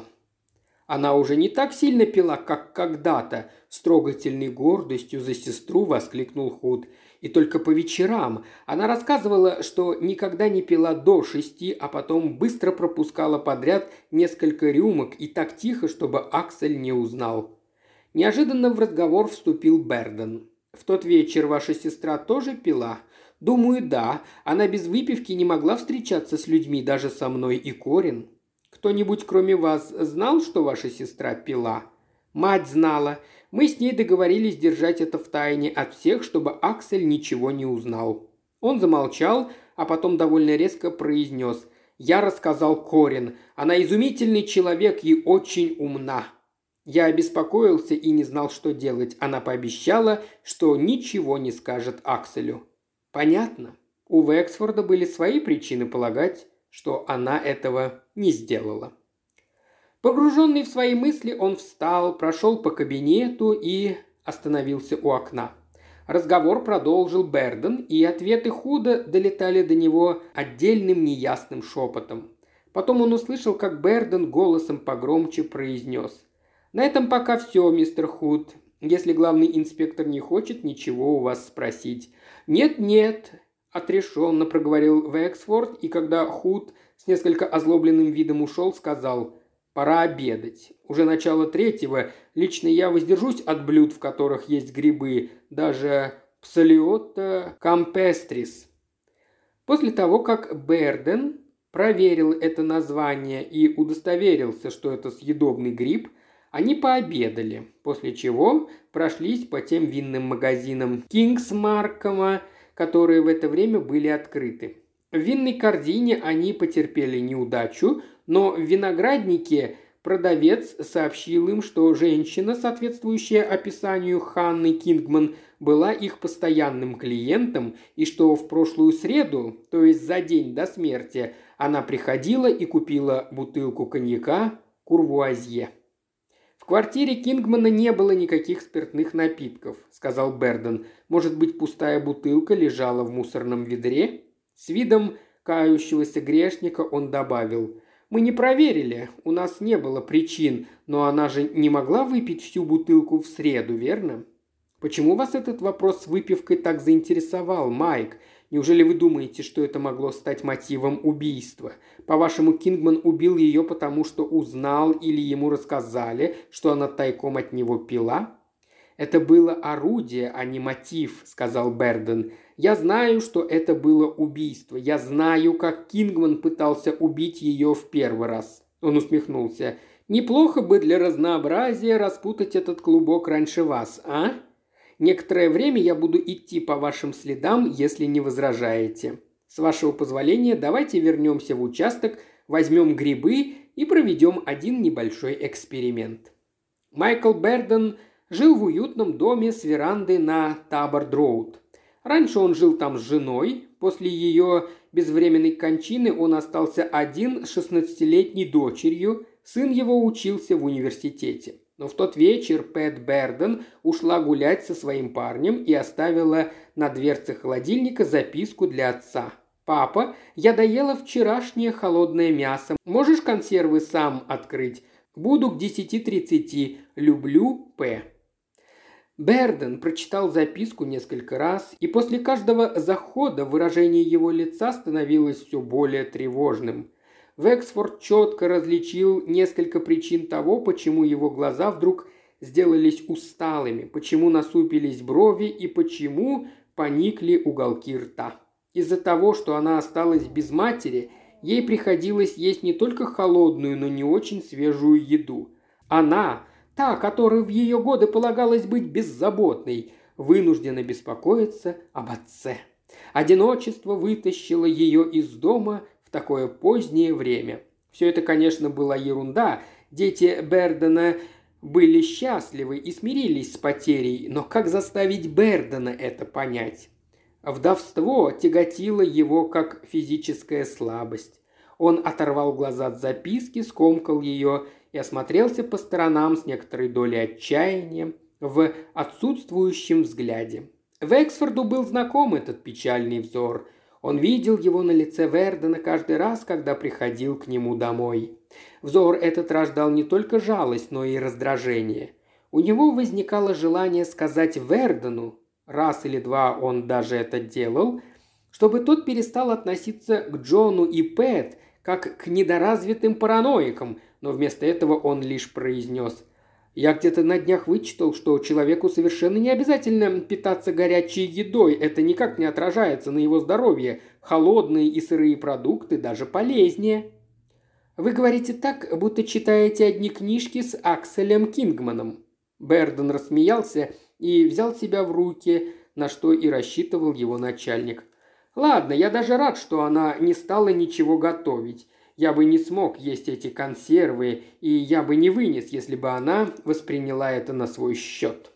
Она уже не так сильно пила, как когда-то, с трогательной гордостью за сестру воскликнул Худ. И только по вечерам она рассказывала, что никогда не пила до 6, а потом быстро пропускала подряд несколько рюмок и так тихо, чтобы Аксель не узнал. Неожиданно в разговор вступил Берден. «В тот вечер ваша сестра тоже пила?» «Думаю, да. Она без выпивки не могла встречаться с людьми, даже со мной и Корин». «Кто-нибудь, кроме вас, знал, что ваша сестра пила?» «Мать знала. Мы с ней договорились держать это в тайне от всех, чтобы Аксель ничего не узнал». Он замолчал, а потом довольно резко произнес: «Я рассказал Корин. Она изумительный человек и очень умна». Я обеспокоился и не знал, что делать. Она пообещала, что ничего не скажет Акселю. Понятно. У Вексфорда были свои причины полагать, что она этого не сделала. Погруженный в свои мысли, он встал, прошел по кабинету и остановился у окна. Разговор продолжил Берден, и ответы Худа долетали до него отдельным неясным шепотом. Потом он услышал, как Берден голосом погромче произнес: «На этом пока все, мистер Худ, если главный инспектор не хочет ничего у вас спросить». «Нет-нет», – отрешенно проговорил Вексфорд, и когда Худ с несколько озлобленным видом ушел, сказал: «Пора обедать. Уже начало 3. Лично я воздержусь от блюд, в которых есть грибы, даже псалиота кампестрис». После того, как Берден проверил это название и удостоверился, что это съедобный гриб, они пообедали, после чего прошлись по тем винным магазинам Кингсмаркома, которые в это время были открыты. В винной корзине они потерпели неудачу, но в винограднике продавец сообщил им, что женщина, соответствующая описанию Ханны Кингман, была их постоянным клиентом, и что в прошлую среду, то есть за день до смерти, она приходила и купила бутылку коньяка «Курвуазье». «В квартире Кингмана не было никаких спиртных напитков», – сказал Берден. «Может быть, пустая бутылка лежала в мусорном ведре?» С видом кающегося грешника он добавил: «Мы не проверили, у нас не было причин, но она же не могла выпить всю бутылку в среду, верно?» «Почему вас этот вопрос с выпивкой так заинтересовал, Майк? Неужели вы думаете, что это могло стать мотивом убийства? По-вашему, Кингман убил ее потому, что узнал или ему рассказали, что она тайком от него пила?» «Это было орудие, а не мотив», – сказал Берден. «Я знаю, что это было убийство. Я знаю, как Кингман пытался убить ее в первый раз». Он усмехнулся. «Неплохо бы для разнообразия распутать этот клубок раньше вас, а? Некоторое время я буду идти по вашим следам, если не возражаете. С вашего позволения, давайте вернемся в участок, возьмем грибы и проведем один небольшой эксперимент». Майкл Берден жил в уютном доме с верандой на Таборд-Роуд. Раньше он жил там с женой. После ее безвременной кончины он остался один с 16-летней дочерью. Сын его учился в университете. Но в тот вечер Пэт Берден ушла гулять со своим парнем и оставила на дверце холодильника записку для отца. «Папа, я доела вчерашнее холодное мясо. Можешь консервы сам открыть? Буду к 10:30. Люблю, П». Берден прочитал записку несколько раз, и после каждого захода выражение его лица становилось все более тревожным. Вексфорд четко различил несколько причин того, почему его глаза вдруг сделались усталыми, почему насупились брови и почему поникли уголки рта. Из-за того, что она осталась без матери, ей приходилось есть не только холодную, но не очень свежую еду. Она, та, которой в ее годы полагалось быть беззаботной, вынуждена беспокоиться об отце. Одиночество вытащило ее из дома в такое позднее время. Все это, конечно, была ерунда. Дети Бердена были счастливы и смирились с потерей, но как заставить Бердена это понять? Вдовство тяготило его, как физическая слабость. Он оторвал глаза от записки, скомкал ее и осмотрелся по сторонам с некоторой долей отчаяния в отсутствующем взгляде. Вексфорду был знаком этот печальный взор. Он видел его на лице Вердена каждый раз, когда приходил к нему домой. Взор этот рождал не только жалость, но и раздражение. У него возникало желание сказать Вердену, раз или два он даже это делал, чтобы тот перестал относиться к Джону и Пэт как к недоразвитым параноикам, но вместо этого он лишь произнес: «Я где-то на днях вычитал, что человеку совершенно не обязательно питаться горячей едой, это никак не отражается на его здоровье, холодные и сырые продукты даже полезнее». «Вы говорите так, будто читаете одни книжки с Акселем Кингманом». Берден рассмеялся и взял себя в руки, на что и рассчитывал его начальник. «Ладно, я даже рад, что она не стала ничего готовить. Я бы не смог есть эти консервы, и я бы не вынес, если бы она восприняла это на свой счет».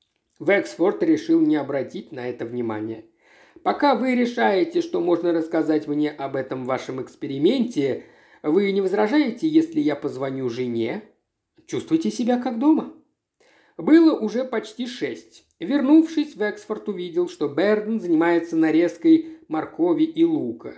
Вексфорд решил не обратить на это внимания. «Пока вы решаете, что можно рассказать мне об этом вашем эксперименте, вы не возражаете, если я позвоню жене? Чувствуйте себя как дома». Было уже почти 6. Вернувшись, Вексфорд увидел, что Берден занимается нарезкой моркови и лука.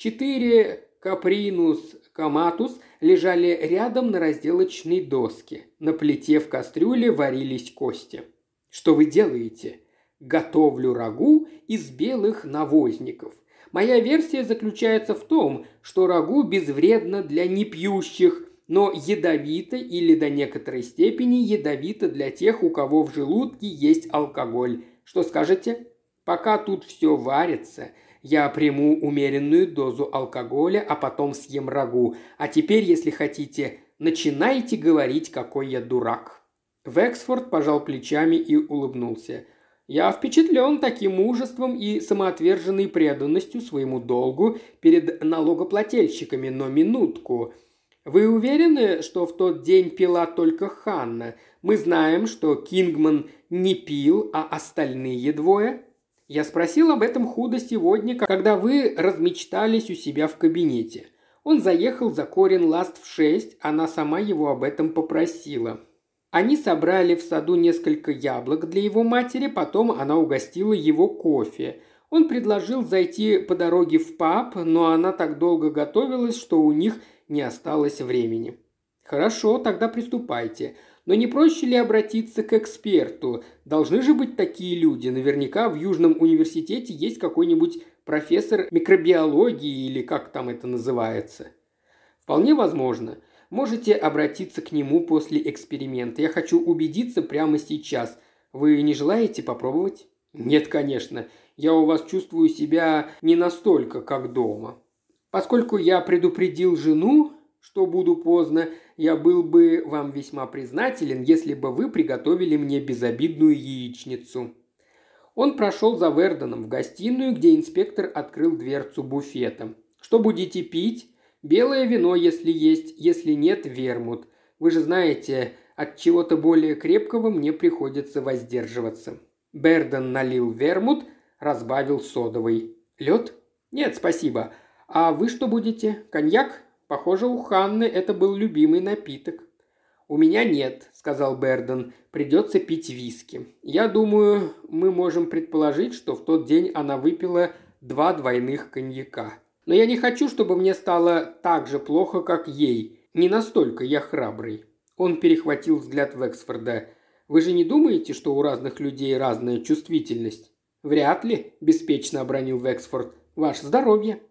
4 капринус каматус лежали рядом на разделочной доске. На плите в кастрюле варились кости. «Что вы делаете?» «Готовлю рагу из белых навозников. Моя версия заключается в том, что рагу безвредно для непьющих, но ядовито или до некоторой степени ядовито для тех, у кого в желудке есть алкоголь. Что скажете? Пока тут все варится, я приму умеренную дозу алкоголя, а потом съем рагу. А теперь, если хотите, начинайте говорить, какой я дурак». Вексфорд пожал плечами и улыбнулся. «Я впечатлен таким мужеством и самоотверженной преданностью своему долгу перед налогоплательщиками, но минутку. Вы уверены, что в тот день пила только Ханна? Мы знаем, что Кингман не пил, а остальные двое». «Я спросил об этом худо сегодня, когда вы размечтались у себя в кабинете. Он заехал за Корин Ласт в 6, она сама его об этом попросила. Они собрали в саду несколько яблок для его матери, потом она угостила его кофе. Он предложил зайти по дороге в паб, но она так долго готовилась, что у них не осталось времени». «Хорошо, тогда приступайте. Но не проще ли обратиться к эксперту? Должны же быть такие люди. Наверняка в Южном университете есть какой-нибудь профессор микробиологии или как там это называется». «Вполне возможно. Можете обратиться к нему после эксперимента. Я хочу убедиться прямо сейчас. Вы не желаете попробовать?» «Нет, конечно. Я у вас чувствую себя не настолько, как дома. Поскольку я предупредил жену, что буду поздно, я был бы вам весьма признателен, если бы вы приготовили мне безобидную яичницу». Он прошел за Верденом в гостиную, где инспектор открыл дверцу буфета. «Что будете пить?» «Белое вино, если есть, если нет, вермут. Вы же знаете, от чего-то более крепкого мне приходится воздерживаться». Берден налил вермут, разбавил содовой. «Лед?» «Нет, спасибо. А вы что будете? Коньяк? Похоже, у Ханны это был любимый напиток». «У меня нет», — сказал Берден. «Придется пить виски. Я думаю, мы можем предположить, что в тот день она выпила 2 двойных коньяка. Но я не хочу, чтобы мне стало так же плохо, как ей. Не настолько я храбрый». Он перехватил взгляд Вексфорда. «Вы же не думаете, что у разных людей разная чувствительность?» «Вряд ли», – беспечно обронил Вексфорд. «Ваше здоровье».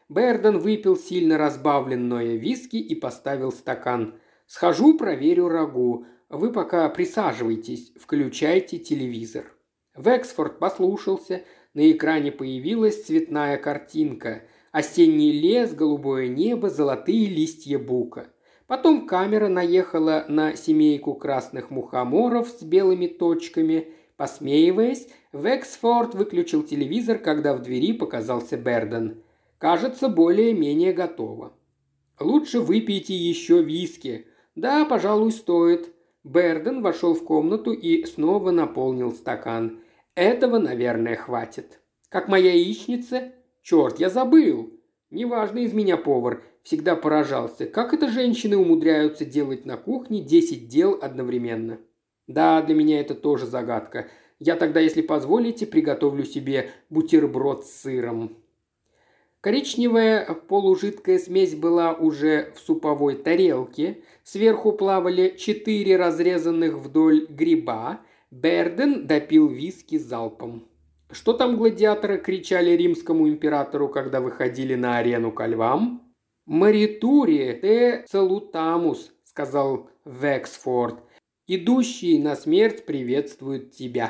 Берден выпил сильно разбавленное виски и поставил стакан. «Схожу, проверю рагу. Вы пока присаживайтесь, включайте телевизор». Вексфорд послушался. На экране появилась цветная картинка. Осенний лес, голубое небо, золотые листья бука. Потом камера наехала на семейку красных мухоморов с белыми точками. Посмеиваясь, Вексфорд выключил телевизор, когда в двери показался Берден. «Кажется, более-менее готово». «Лучше выпейте еще виски». «Да, пожалуй, стоит». Берден вошел в комнату и снова наполнил стакан. «Этого, наверное, хватит». «Как моя яичница?» «Черт, я забыл». «Неважно из меня повар». Всегда поражался, как это женщины умудряются делать на кухне 10 дел одновременно. Да, для меня это тоже загадка. Я тогда, если позволите, приготовлю себе бутерброд с сыром. Коричневая полужидкая смесь была уже в суповой тарелке. Сверху плавали 4 разрезанных вдоль гриба. Берден допил виски залпом. Что там гладиаторы кричали римскому императору, когда выходили на арену ко львам? «Маритури те салутамус», — сказал Вексфорд. «Идущие на смерть приветствуют тебя».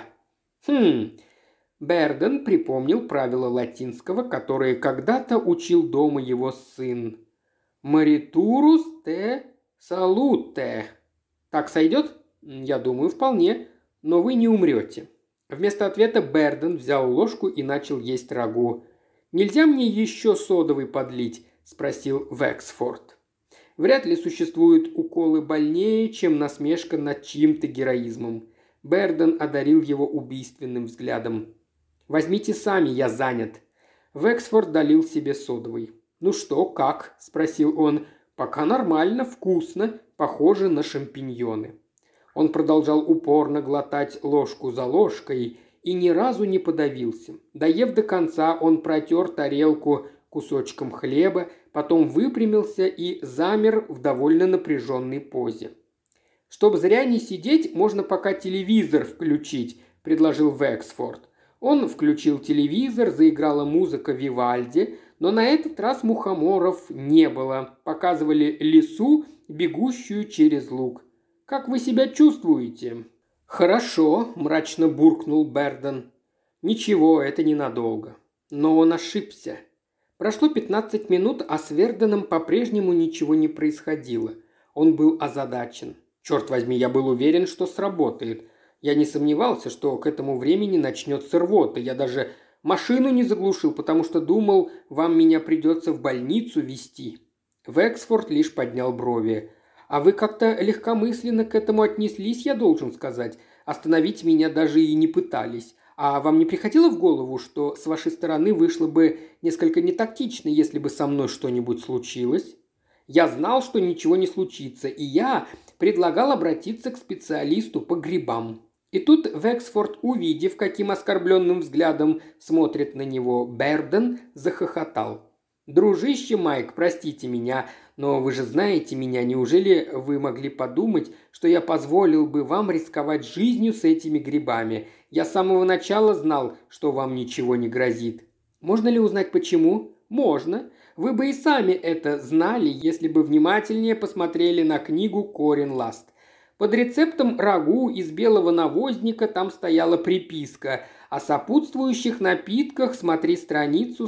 Берден припомнил правила латинского, которые когда-то учил дома его сын. «Маритурус те салуте». «Так сойдет?» «Я думаю, вполне. Но вы не умрете». Вместо ответа Берден взял ложку и начал есть рагу. «Нельзя мне еще содовой подлить?» – спросил Вексфорд. Вряд ли существуют уколы больнее, чем насмешка над чьим-то героизмом. Берден одарил его убийственным взглядом. «Возьмите сами, я занят». Вексфорд долил себе содовой. «Ну что, как?» – спросил он. «Пока нормально, вкусно, похоже на шампиньоны». Он продолжал упорно глотать ложку за ложкой и ни разу не подавился. Доев до конца, он протер тарелку кусочком хлеба, потом выпрямился и замер в довольно напряженной позе. «Чтоб зря не сидеть, можно пока телевизор включить», – предложил Вексфорд. Он включил телевизор, заиграла музыка Вивальди, но на этот раз мухоморов не было. Показывали лису, бегущую через луг. «Как вы себя чувствуете?» «Хорошо», – мрачно буркнул Берден. «Ничего, это ненадолго». Но он ошибся. Прошло 15 минут, а с Верденом по-прежнему ничего не происходило. Он был озадачен. Черт возьми, я был уверен, что сработает. Я не сомневался, что к этому времени начнется рвота. Я даже машину не заглушил, потому что думал, вам меня придется в больницу везти. Вексфорд лишь поднял брови. «А вы как-то легкомысленно к этому отнеслись, я должен сказать. Остановить меня даже и не пытались. А вам не приходило в голову, что с вашей стороны вышло бы несколько нетактично, если бы со мной что-нибудь случилось? Я знал, что ничего не случится, и я предлагал обратиться к специалисту по грибам». И тут Вексфорд, увидев, каким оскорбленным взглядом смотрит на него Берден, захохотал. «Дружище Майк, простите меня, но вы же знаете меня. Неужели вы могли подумать, что я позволил бы вам рисковать жизнью с этими грибами? Я с самого начала знал, что вам ничего не грозит». «Можно ли узнать, почему?» «Можно. Вы бы и сами это знали, если бы внимательнее посмотрели на книгу Корин Ласт. Под рецептом рагу из белого навозника там стояла приписка. О сопутствующих напитках смотри страницу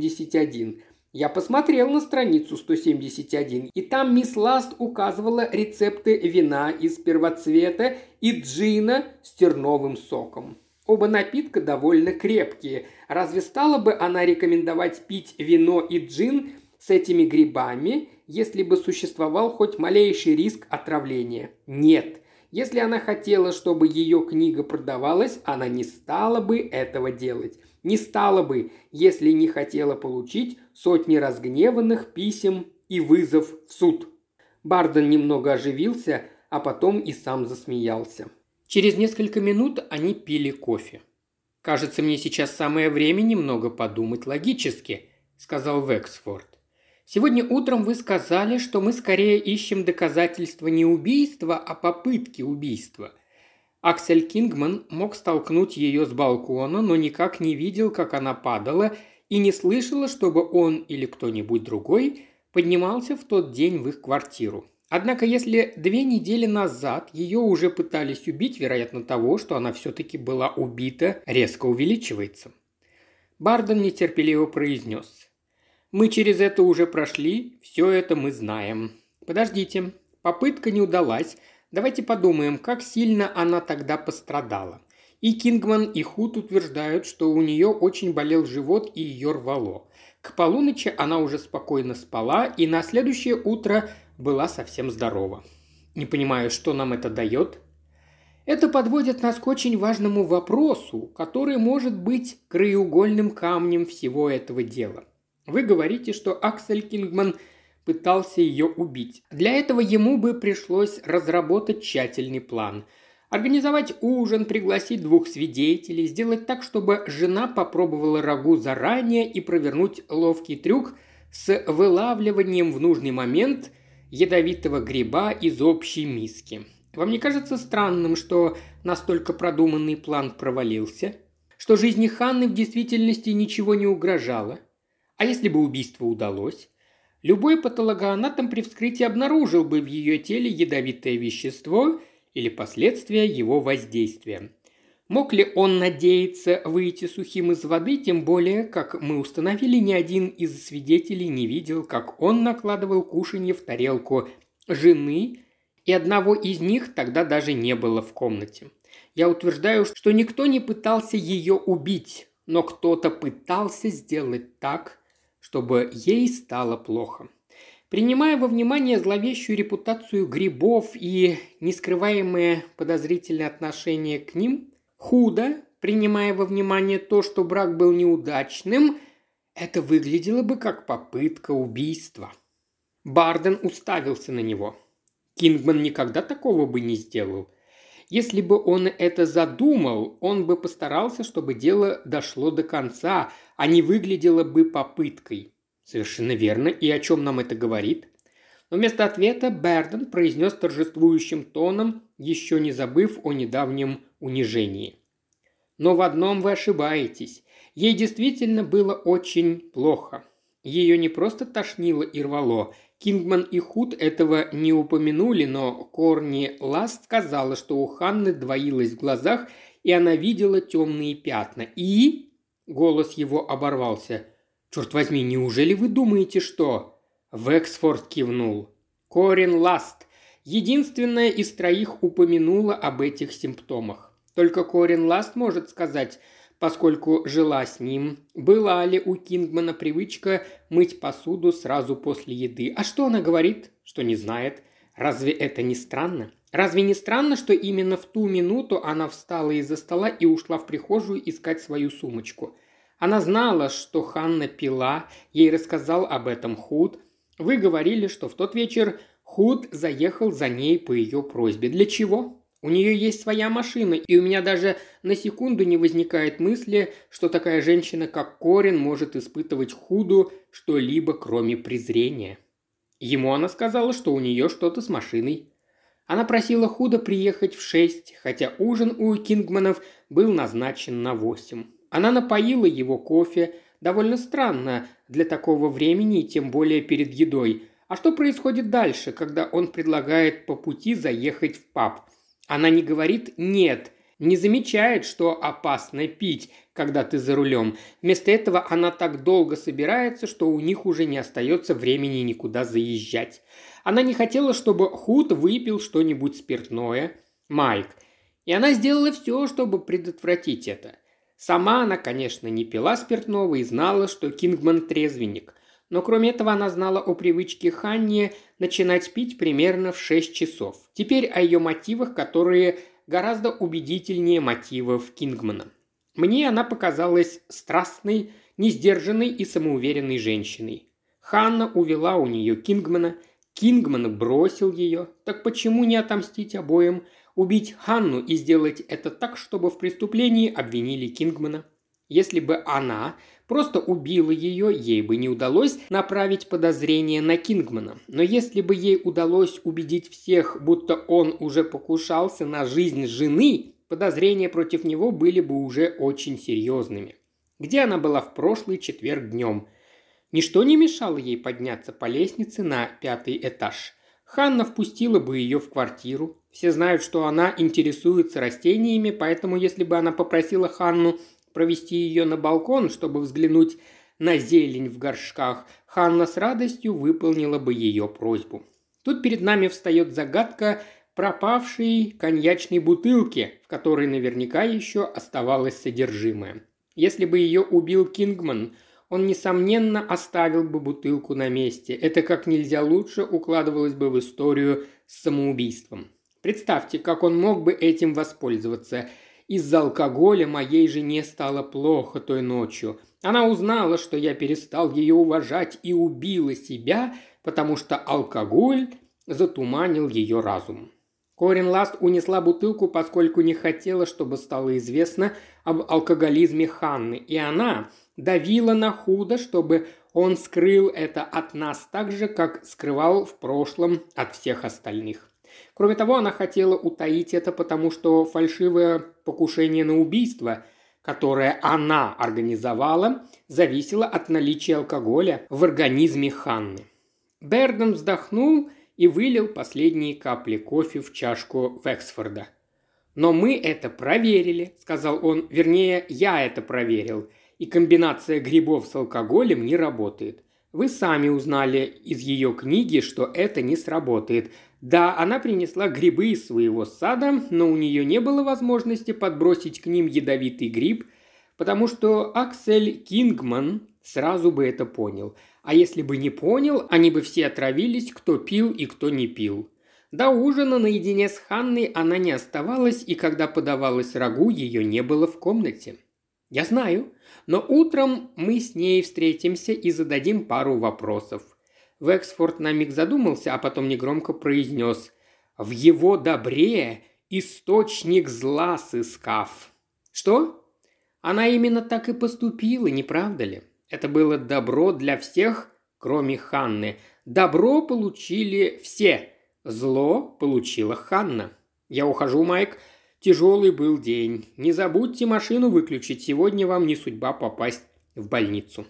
171. Я посмотрел на страницу 171, и там мисс Ласт указывала рецепты вина из первоцвета и джина с терновым соком. Оба напитка довольно крепкие. Разве стала бы она рекомендовать пить вино и джин с этими грибами, если бы существовал хоть малейший риск отравления? Нет. Если она хотела, чтобы ее книга продавалась, она не стала бы этого делать. Не стала бы, если не хотела получить сотни разгневанных писем и вызов в суд. Барден немного оживился, а потом и сам засмеялся. Через несколько минут они пили кофе. «Кажется, мне сейчас самое время немного подумать логически», – сказал Вексфорд. «Сегодня утром вы сказали, что мы скорее ищем доказательства не убийства, а попытки убийства. Аксель Кингман мог столкнуть ее с балкона, но никак не видел, как она падала, и не слышала, чтобы он или кто-нибудь другой поднимался в тот день в их квартиру. Однако, если 2 недели назад ее уже пытались убить, вероятно того, что она все-таки была убита, резко увеличивается. Барден нетерпеливо произнес: «Мы через это уже прошли, все это мы знаем. Подождите, попытка не удалась. Давайте подумаем, как сильно она тогда пострадала. И Кингман, и Худ утверждают, что у нее очень болел живот и ее рвало. К полуночи она уже спокойно спала и на следующее утро была совсем здорова. Не понимаю, что нам это дает?» Это подводит нас к очень важному вопросу, который может быть краеугольным камнем всего этого дела. Вы говорите, что Аксель Кингман пытался ее убить. Для этого ему бы пришлось разработать тщательный план. Организовать ужин, пригласить 2 свидетелей, сделать так, чтобы жена попробовала рагу заранее и провернуть ловкий трюк с вылавливанием в нужный момент ядовитого гриба из общей миски. Вам не кажется странным, что настолько продуманный план провалился? Что жизни Ханны в действительности ничего не угрожало? А если бы убийство удалось? Любой патологоанатом при вскрытии обнаружил бы в ее теле ядовитое вещество или последствия его воздействия. Мог ли он надеяться выйти сухим из воды, тем более, как мы установили, ни один из свидетелей не видел, как он накладывал кушанье в тарелку жены, и одного из них тогда даже не было в комнате. Я утверждаю, что никто не пытался ее убить, но кто-то пытался сделать так, чтобы ей стало плохо. Принимая во внимание зловещую репутацию грибов и нескрываемое подозрительное отношение к ним, Худа, принимая во внимание то, что брак был неудачным, это выглядело бы как попытка убийства. Барден уставился на него. Кингман никогда такого бы не сделал. Если бы он это задумал, он бы постарался, чтобы дело дошло до конца, а не выглядело бы попыткой. Совершенно верно. И о чем нам это говорит? Но вместо ответа Барден произнес торжествующим тоном, еще не забыв о недавнем унижении. Но в одном вы ошибаетесь. Ей действительно было очень плохо. Ее не просто тошнило и рвало. Кингман и Худ этого не упомянули, но Корни Ласт сказала, что у Ханны двоилось в глазах, и она видела темные пятна. И... Голос его оборвался. «Черт возьми, неужели вы думаете, что...» Вексфорд кивнул. Корин Ласт, единственная из 3 упомянула об этих симптомах. Только Корин Ласт может сказать, поскольку жила с ним, была ли у Кингмана привычка мыть посуду сразу после еды. А что она говорит? Что не знает. Разве это не странно? Разве не странно, что именно в ту минуту она встала из-за стола и ушла в прихожую искать свою сумочку? Она знала, что Ханна пила, ей рассказал об этом Худ. Вы говорили, что в тот вечер Худ заехал за ней по ее просьбе. Для чего? У нее есть своя машина, и у меня даже на секунду не возникает мысли, что такая женщина, как Корин, может испытывать Худу что-либо, кроме презрения. Ему она сказала, что у нее что-то с машиной. Она просила Худа приехать в 6, хотя ужин у Кингманов был назначен на 8. Она напоила его кофе, довольно странно для такого времени, тем более перед едой. А что происходит дальше, когда он предлагает по пути заехать в паб? Она не говорит «нет», не замечает, что опасно пить, когда ты за рулем. Вместо этого она так долго собирается, что у них уже не остается времени никуда заезжать. Она не хотела, чтобы Худ выпил что-нибудь спиртное, Майк. И она сделала все, чтобы предотвратить это. Сама она, конечно, не пила спиртного и знала, что Кингман трезвенник. Но кроме этого она знала о привычке Ханни начинать пить примерно в 6 часов. Теперь о ее мотивах, которые гораздо убедительнее мотивов Кингмана. Мне она показалась страстной, несдержанной и самоуверенной женщиной. Ханна увела у нее Кингмана, Кингман бросил ее. Так почему не отомстить обоим, убить Ханну и сделать это так, чтобы в преступлении обвинили Кингмана? Если бы она просто убила ее, ей бы не удалось направить подозрение на Кингмана. Но если бы ей удалось убедить всех, будто он уже покушался на жизнь жены, подозрения против него были бы уже очень серьезными. где она была в прошлый четверг днем. Ничто не мешало ей подняться по лестнице на 5-й этаж. Ханна впустила бы ее в квартиру. Все знают, что она интересуется растениями, поэтому если бы она попросила Ханну провести ее на балкон, чтобы взглянуть на зелень в горшках, Ханна с радостью выполнила бы ее просьбу. Тут перед нами встает загадка пропавшей коньячной бутылки, в которой наверняка еще оставалось содержимое. Если бы ее убил Кингман, он, несомненно, оставил бы бутылку на месте. Это как нельзя лучше укладывалось бы в историю с самоубийством. Представьте, как он мог бы этим воспользоваться. Из-за алкоголя моей жене стало плохо той ночью. Она узнала, что я перестал ее уважать и убила себя, потому что алкоголь затуманил ее разум. Корин Ласт унесла бутылку, поскольку не хотела, чтобы стало известно об алкоголизме Ханны, и она давила на Худа, чтобы он скрыл это от нас так же, как скрывал в прошлом от всех остальных. Кроме того, она хотела утаить это, потому что фальшивое покушение на убийство, которое она организовала, зависело от наличия алкоголя в организме Ханны. Берден вздохнул и вылил последние капли кофе в чашку Вексфорда. «Но мы это проверили», – сказал он, – «вернее, я это проверил, и комбинация грибов с алкоголем не работает. Вы сами узнали из ее книги, что это не сработает. Да, она принесла грибы из своего сада, но у нее не было возможности подбросить к ним ядовитый гриб, потому что Аксель Кингман сразу бы это понял. А если бы не понял, они бы все отравились, кто пил и кто не пил. До ужина наедине с Ханной она не оставалась, и когда подавалось рагу, ее не было в комнате. Я знаю, но утром мы с ней встретимся и зададим пару вопросов. Вексфорд на миг задумался, а потом негромко произнес: «В его добре источник зла сыскав». Что? Она именно так и поступила, не правда ли? Это было добро для всех, кроме Ханны. Добро получили все, зло получила Ханна. Я ухожу, Майк. Тяжелый был день. Не забудьте машину выключить, сегодня вам не судьба попасть в больницу».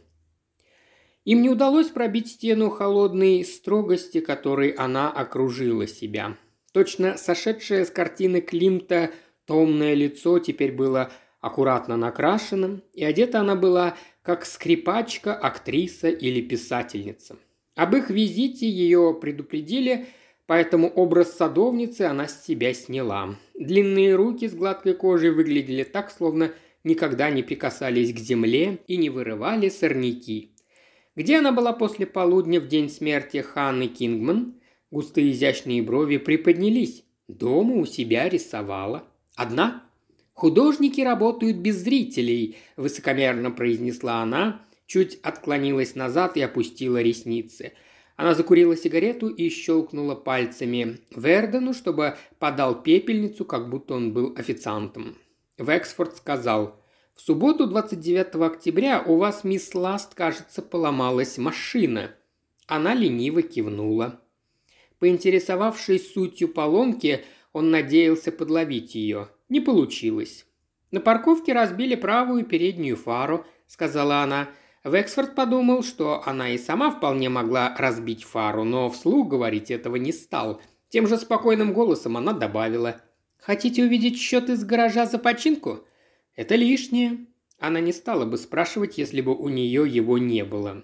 Им не удалось пробить стену холодной строгости, которой она окружила себя. Точно сошедшее с картины Климта томное лицо теперь было аккуратно накрашено, и одета она была как скрипачка, актриса или писательница. Об их визите ее предупредили, поэтому образ садовницы она с себя сняла. Длинные руки с гладкой кожей выглядели так, словно никогда не прикасались к земле и не вырывали сорняки. Где она была после полудня в день смерти Ханны Кингман? Густые изящные брови приподнялись. Дома у себя рисовала. Одна? «Художники работают без зрителей», – высокомерно произнесла она, чуть отклонилась назад и опустила ресницы. Она закурила сигарету и щелкнула пальцами Вердену, чтобы подал пепельницу, как будто он был официантом. Вексфорд сказал: «В субботу, 29 октября, у вас, мисс Ласт, кажется, поломалась машина». Она лениво кивнула. Поинтересовавшись сутью поломки, он надеялся подловить ее. Не получилось. «На парковке разбили правую переднюю фару», – сказала она. Вексфорд подумал, что она и сама вполне могла разбить фару, но вслух говорить этого не стал. Тем же спокойным голосом она добавила: «Хотите увидеть счет из гаража за починку?» «Это лишнее». Она не стала бы спрашивать, если бы у нее его не было.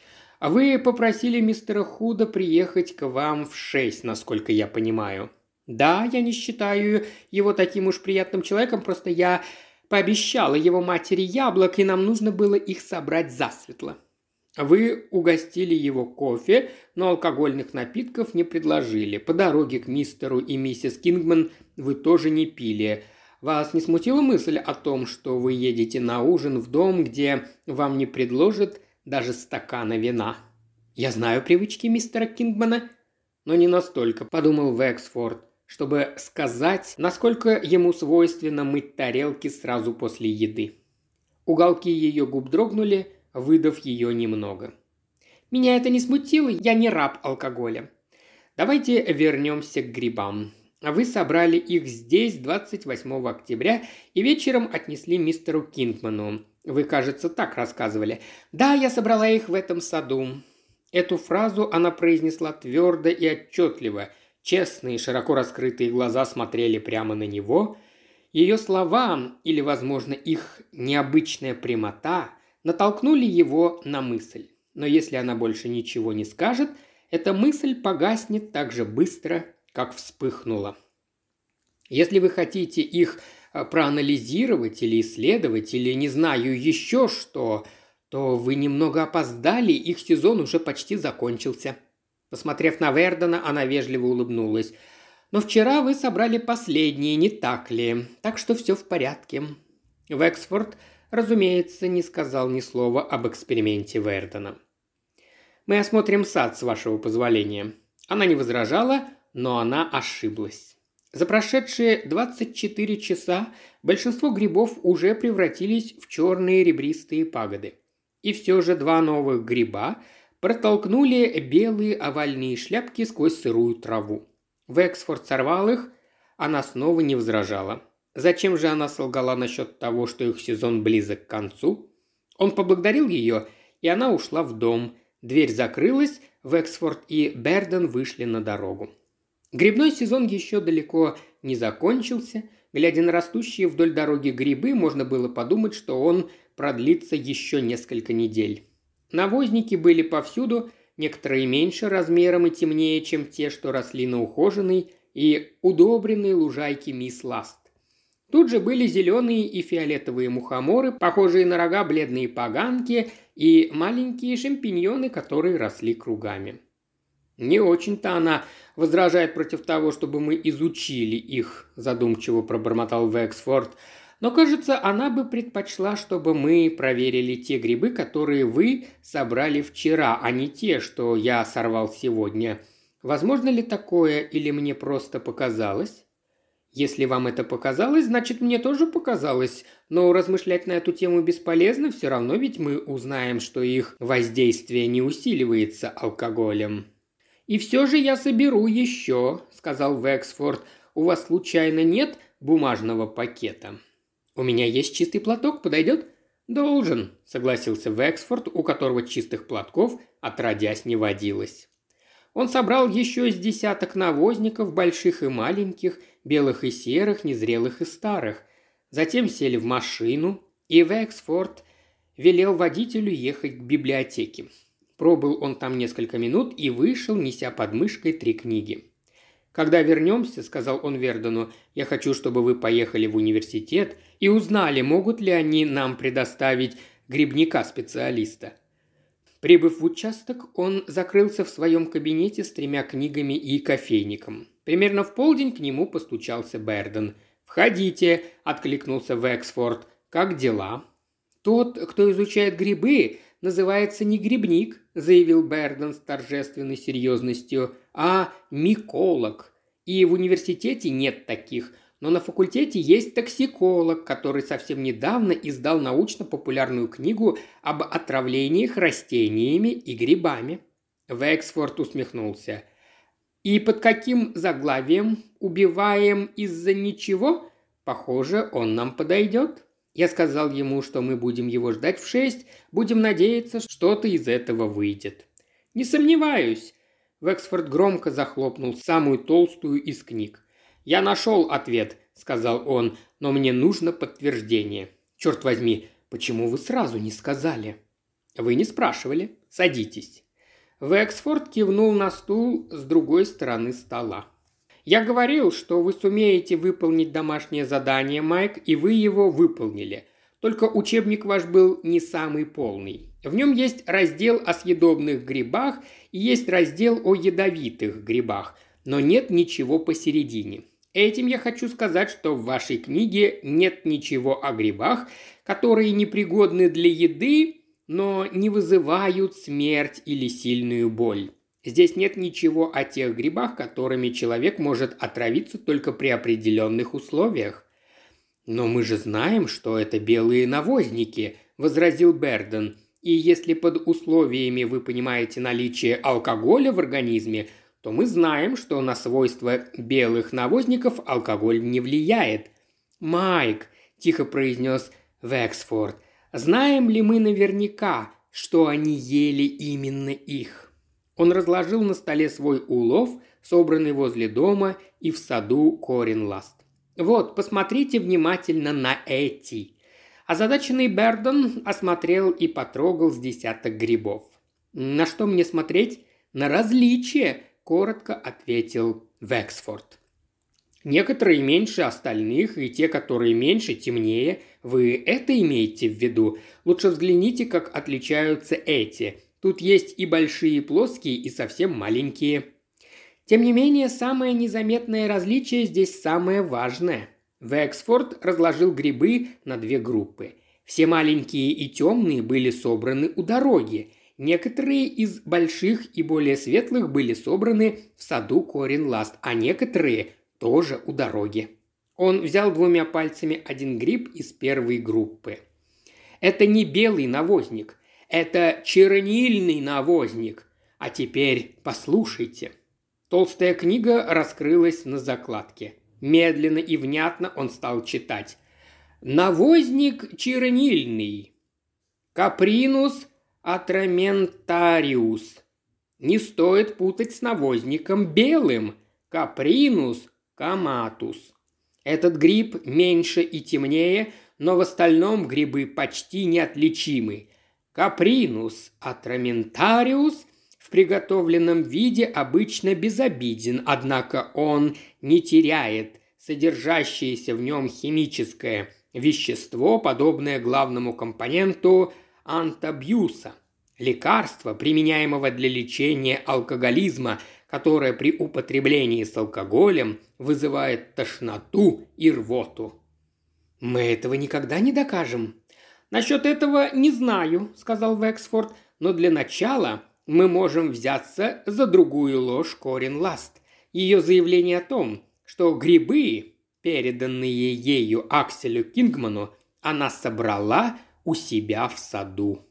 «А вы попросили мистера Худа приехать к вам в 6, насколько я понимаю». «Да, я не считаю его таким уж приятным человеком, просто я пообещала его матери яблок, и нам нужно было их собрать засветло». «Вы угостили его кофе, но алкогольных напитков не предложили. По дороге к мистеру и миссис Кингман вы тоже не пили. Вас не смутила мысль о том, что вы едете на ужин в дом, где вам не предложат даже стакана вина?» «Я знаю привычки мистера Кингмана». «Но не настолько», – подумал Вексфорд, чтобы сказать, насколько ему свойственно мыть тарелки сразу после еды. Уголки ее губ дрогнули, выдав ее немного. «Меня это не смутило, я не раб алкоголя. Давайте вернемся к грибам. Вы собрали их здесь 28 октября и вечером отнесли мистеру Кингману. Вы, кажется, так рассказывали. Да, я собрала их в этом саду. Эту фразу она произнесла твердо и отчетливо. Честные, широко раскрытые глаза смотрели прямо на него. Ее слова, или, возможно, их необычная прямота, натолкнули его на мысль. Но если она больше ничего не скажет, эта мысль погаснет так же быстро, как вспыхнула. Если вы хотите их проанализировать или исследовать, или не знаю еще что, то вы немного опоздали, их сезон уже почти закончился». Посмотрев на Вердона, она вежливо улыбнулась. «Но вчера вы собрали последние, не так ли? Так что все в порядке». Вексфорд, разумеется, не сказал ни слова об эксперименте Вердона. «Мы осмотрим сад, с вашего позволения». Она не возражала, но она ошиблась. За прошедшие 24 часа большинство грибов уже превратились в черные ребристые пагоды. И все же два новых гриба протолкнули белые овальные шляпки сквозь сырую траву. Вексфорд сорвал их, она снова не возражала. Зачем же она солгала насчет того, что их сезон близок к концу? Он поблагодарил ее, и она ушла в дом. Дверь закрылась, Вексфорд и Берден вышли на дорогу. Грибной сезон еще далеко не закончился. Глядя на растущие вдоль дороги грибы, можно было подумать, что он продлится еще несколько недель. Навозники были повсюду, некоторые меньше размером и темнее, чем те, что росли на ухоженной и удобренной лужайке мисс Ласт. Тут же были зеленые и фиолетовые мухоморы, похожие на рога бледные поганки и маленькие шампиньоны, которые росли кругами. «Не очень-то она возражает против того, чтобы мы изучили их», – задумчиво пробормотал Вексфорд. «Но, кажется, она бы предпочла, чтобы мы проверили те грибы, которые вы собрали вчера, а не те, что я сорвал сегодня. Возможно ли такое, или мне просто показалось?» «Если вам это показалось, значит, мне тоже показалось. Но размышлять на эту тему бесполезно, все равно ведь мы узнаем, что их воздействие не усиливается алкоголем». «И все же я соберу еще», – сказал Вексфорд. «У вас случайно нет бумажного пакета?» «У меня есть чистый платок, подойдет?» «Должен», – согласился Вексфорд, у которого чистых платков отродясь не водилось. Он собрал еще с десяток навозников, больших и маленьких, белых и серых, незрелых и старых. Затем сели в машину, и Вексфорд велел водителю ехать к библиотеке. Пробыл он там несколько минут и вышел, неся под мышкой 3 книги. «Когда вернемся, – сказал он Вердону, – я хочу, чтобы вы поехали в университет и узнали, могут ли они нам предоставить грибника-специалиста». Прибыв в участок, он закрылся в своем кабинете с 3 книгами и кофейником. Примерно в полдень к нему постучался Берден. «Входите», – откликнулся Вексфорд. «Как дела?» «Тот, кто изучает грибы, называется не грибник», – заявил Берден с торжественной серьезностью, – «а миколог. И в университете нет таких, но на факультете есть токсиколог, который совсем недавно издал научно-популярную книгу об отравлениях растениями и грибами». Вексфорд усмехнулся. «И под каким заглавием? Убиваем из-за ничего? Похоже, он нам подойдет». Я сказал ему, что мы будем его ждать в 6, будем надеяться, что-то из этого выйдет. «Не сомневаюсь». Вексфорд громко захлопнул самую толстую из книг. «Я нашел ответ», – сказал он, – «но мне нужно подтверждение». «Черт возьми, почему вы сразу не сказали?» «Вы не спрашивали. Садитесь». Вексфорд кивнул на стул с другой стороны стола. «Я говорил, что вы сумеете выполнить домашнее задание, Майк, и вы его выполнили. Только учебник ваш был не самый полный. В нем есть раздел о съедобных грибах и есть раздел о ядовитых грибах, но нет ничего посередине. Этим я хочу сказать, что в вашей книге нет ничего о грибах, которые непригодны для еды, но не вызывают смерть или сильную боль. Здесь нет ничего о тех грибах, которыми человек может отравиться только при определенных условиях». «Но мы же знаем, что это белые навозники», – возразил Берден. «И если под условиями вы понимаете наличие алкоголя в организме, то мы знаем, что на свойства белых навозников алкоголь не влияет». «Майк», – тихо произнес Вексфорд, Знаем ли мы наверняка, что они ели именно их? Он разложил на столе свой улов, собранный возле дома и в саду Коринласт. Вот, посмотрите внимательно на эти. Озадаченный Бердон осмотрел и потрогал с десяток грибов. «На что мне смотреть?» «На различия», – коротко ответил Вексфорд. «Некоторые меньше остальных, и те, которые меньше, темнее. Вы это имеете в виду? Лучше взгляните, как отличаются эти. Тут есть и большие плоские, и совсем маленькие». Тем не менее, самое незаметное различие здесь самое важное. Вексфорд разложил грибы на две группы. Все маленькие и темные были собраны у дороги. Некоторые из больших и более светлых были собраны в саду Коринласт, а некоторые тоже у дороги. Он взял двумя пальцами один гриб из первой группы. Это не белый навозник, это чернильный навозник. А теперь послушайте. Толстая книга раскрылась на закладке. Медленно и внятно он стал читать. «Навозник чернильный. Капринус атраментариус. Не стоит путать с навозником белым. Капринус каматус. Этот гриб меньше и темнее, но в остальном грибы почти неотличимы. Капринус атраментариус в приготовленном виде обычно безобиден, однако он не теряет содержащееся в нем химическое вещество, подобное главному компоненту антобиуса, лекарства, применяемого для лечения алкоголизма, которое при употреблении с алкоголем вызывает тошноту и рвоту. «Мы этого никогда не докажем». «Насчет этого не знаю», – сказал Вексфорд, – «но для начала мы можем взяться за другую ложь Коринласт. Ее заявление о том, что грибы, переданные ею Акселю Кингману, она собрала у себя в саду».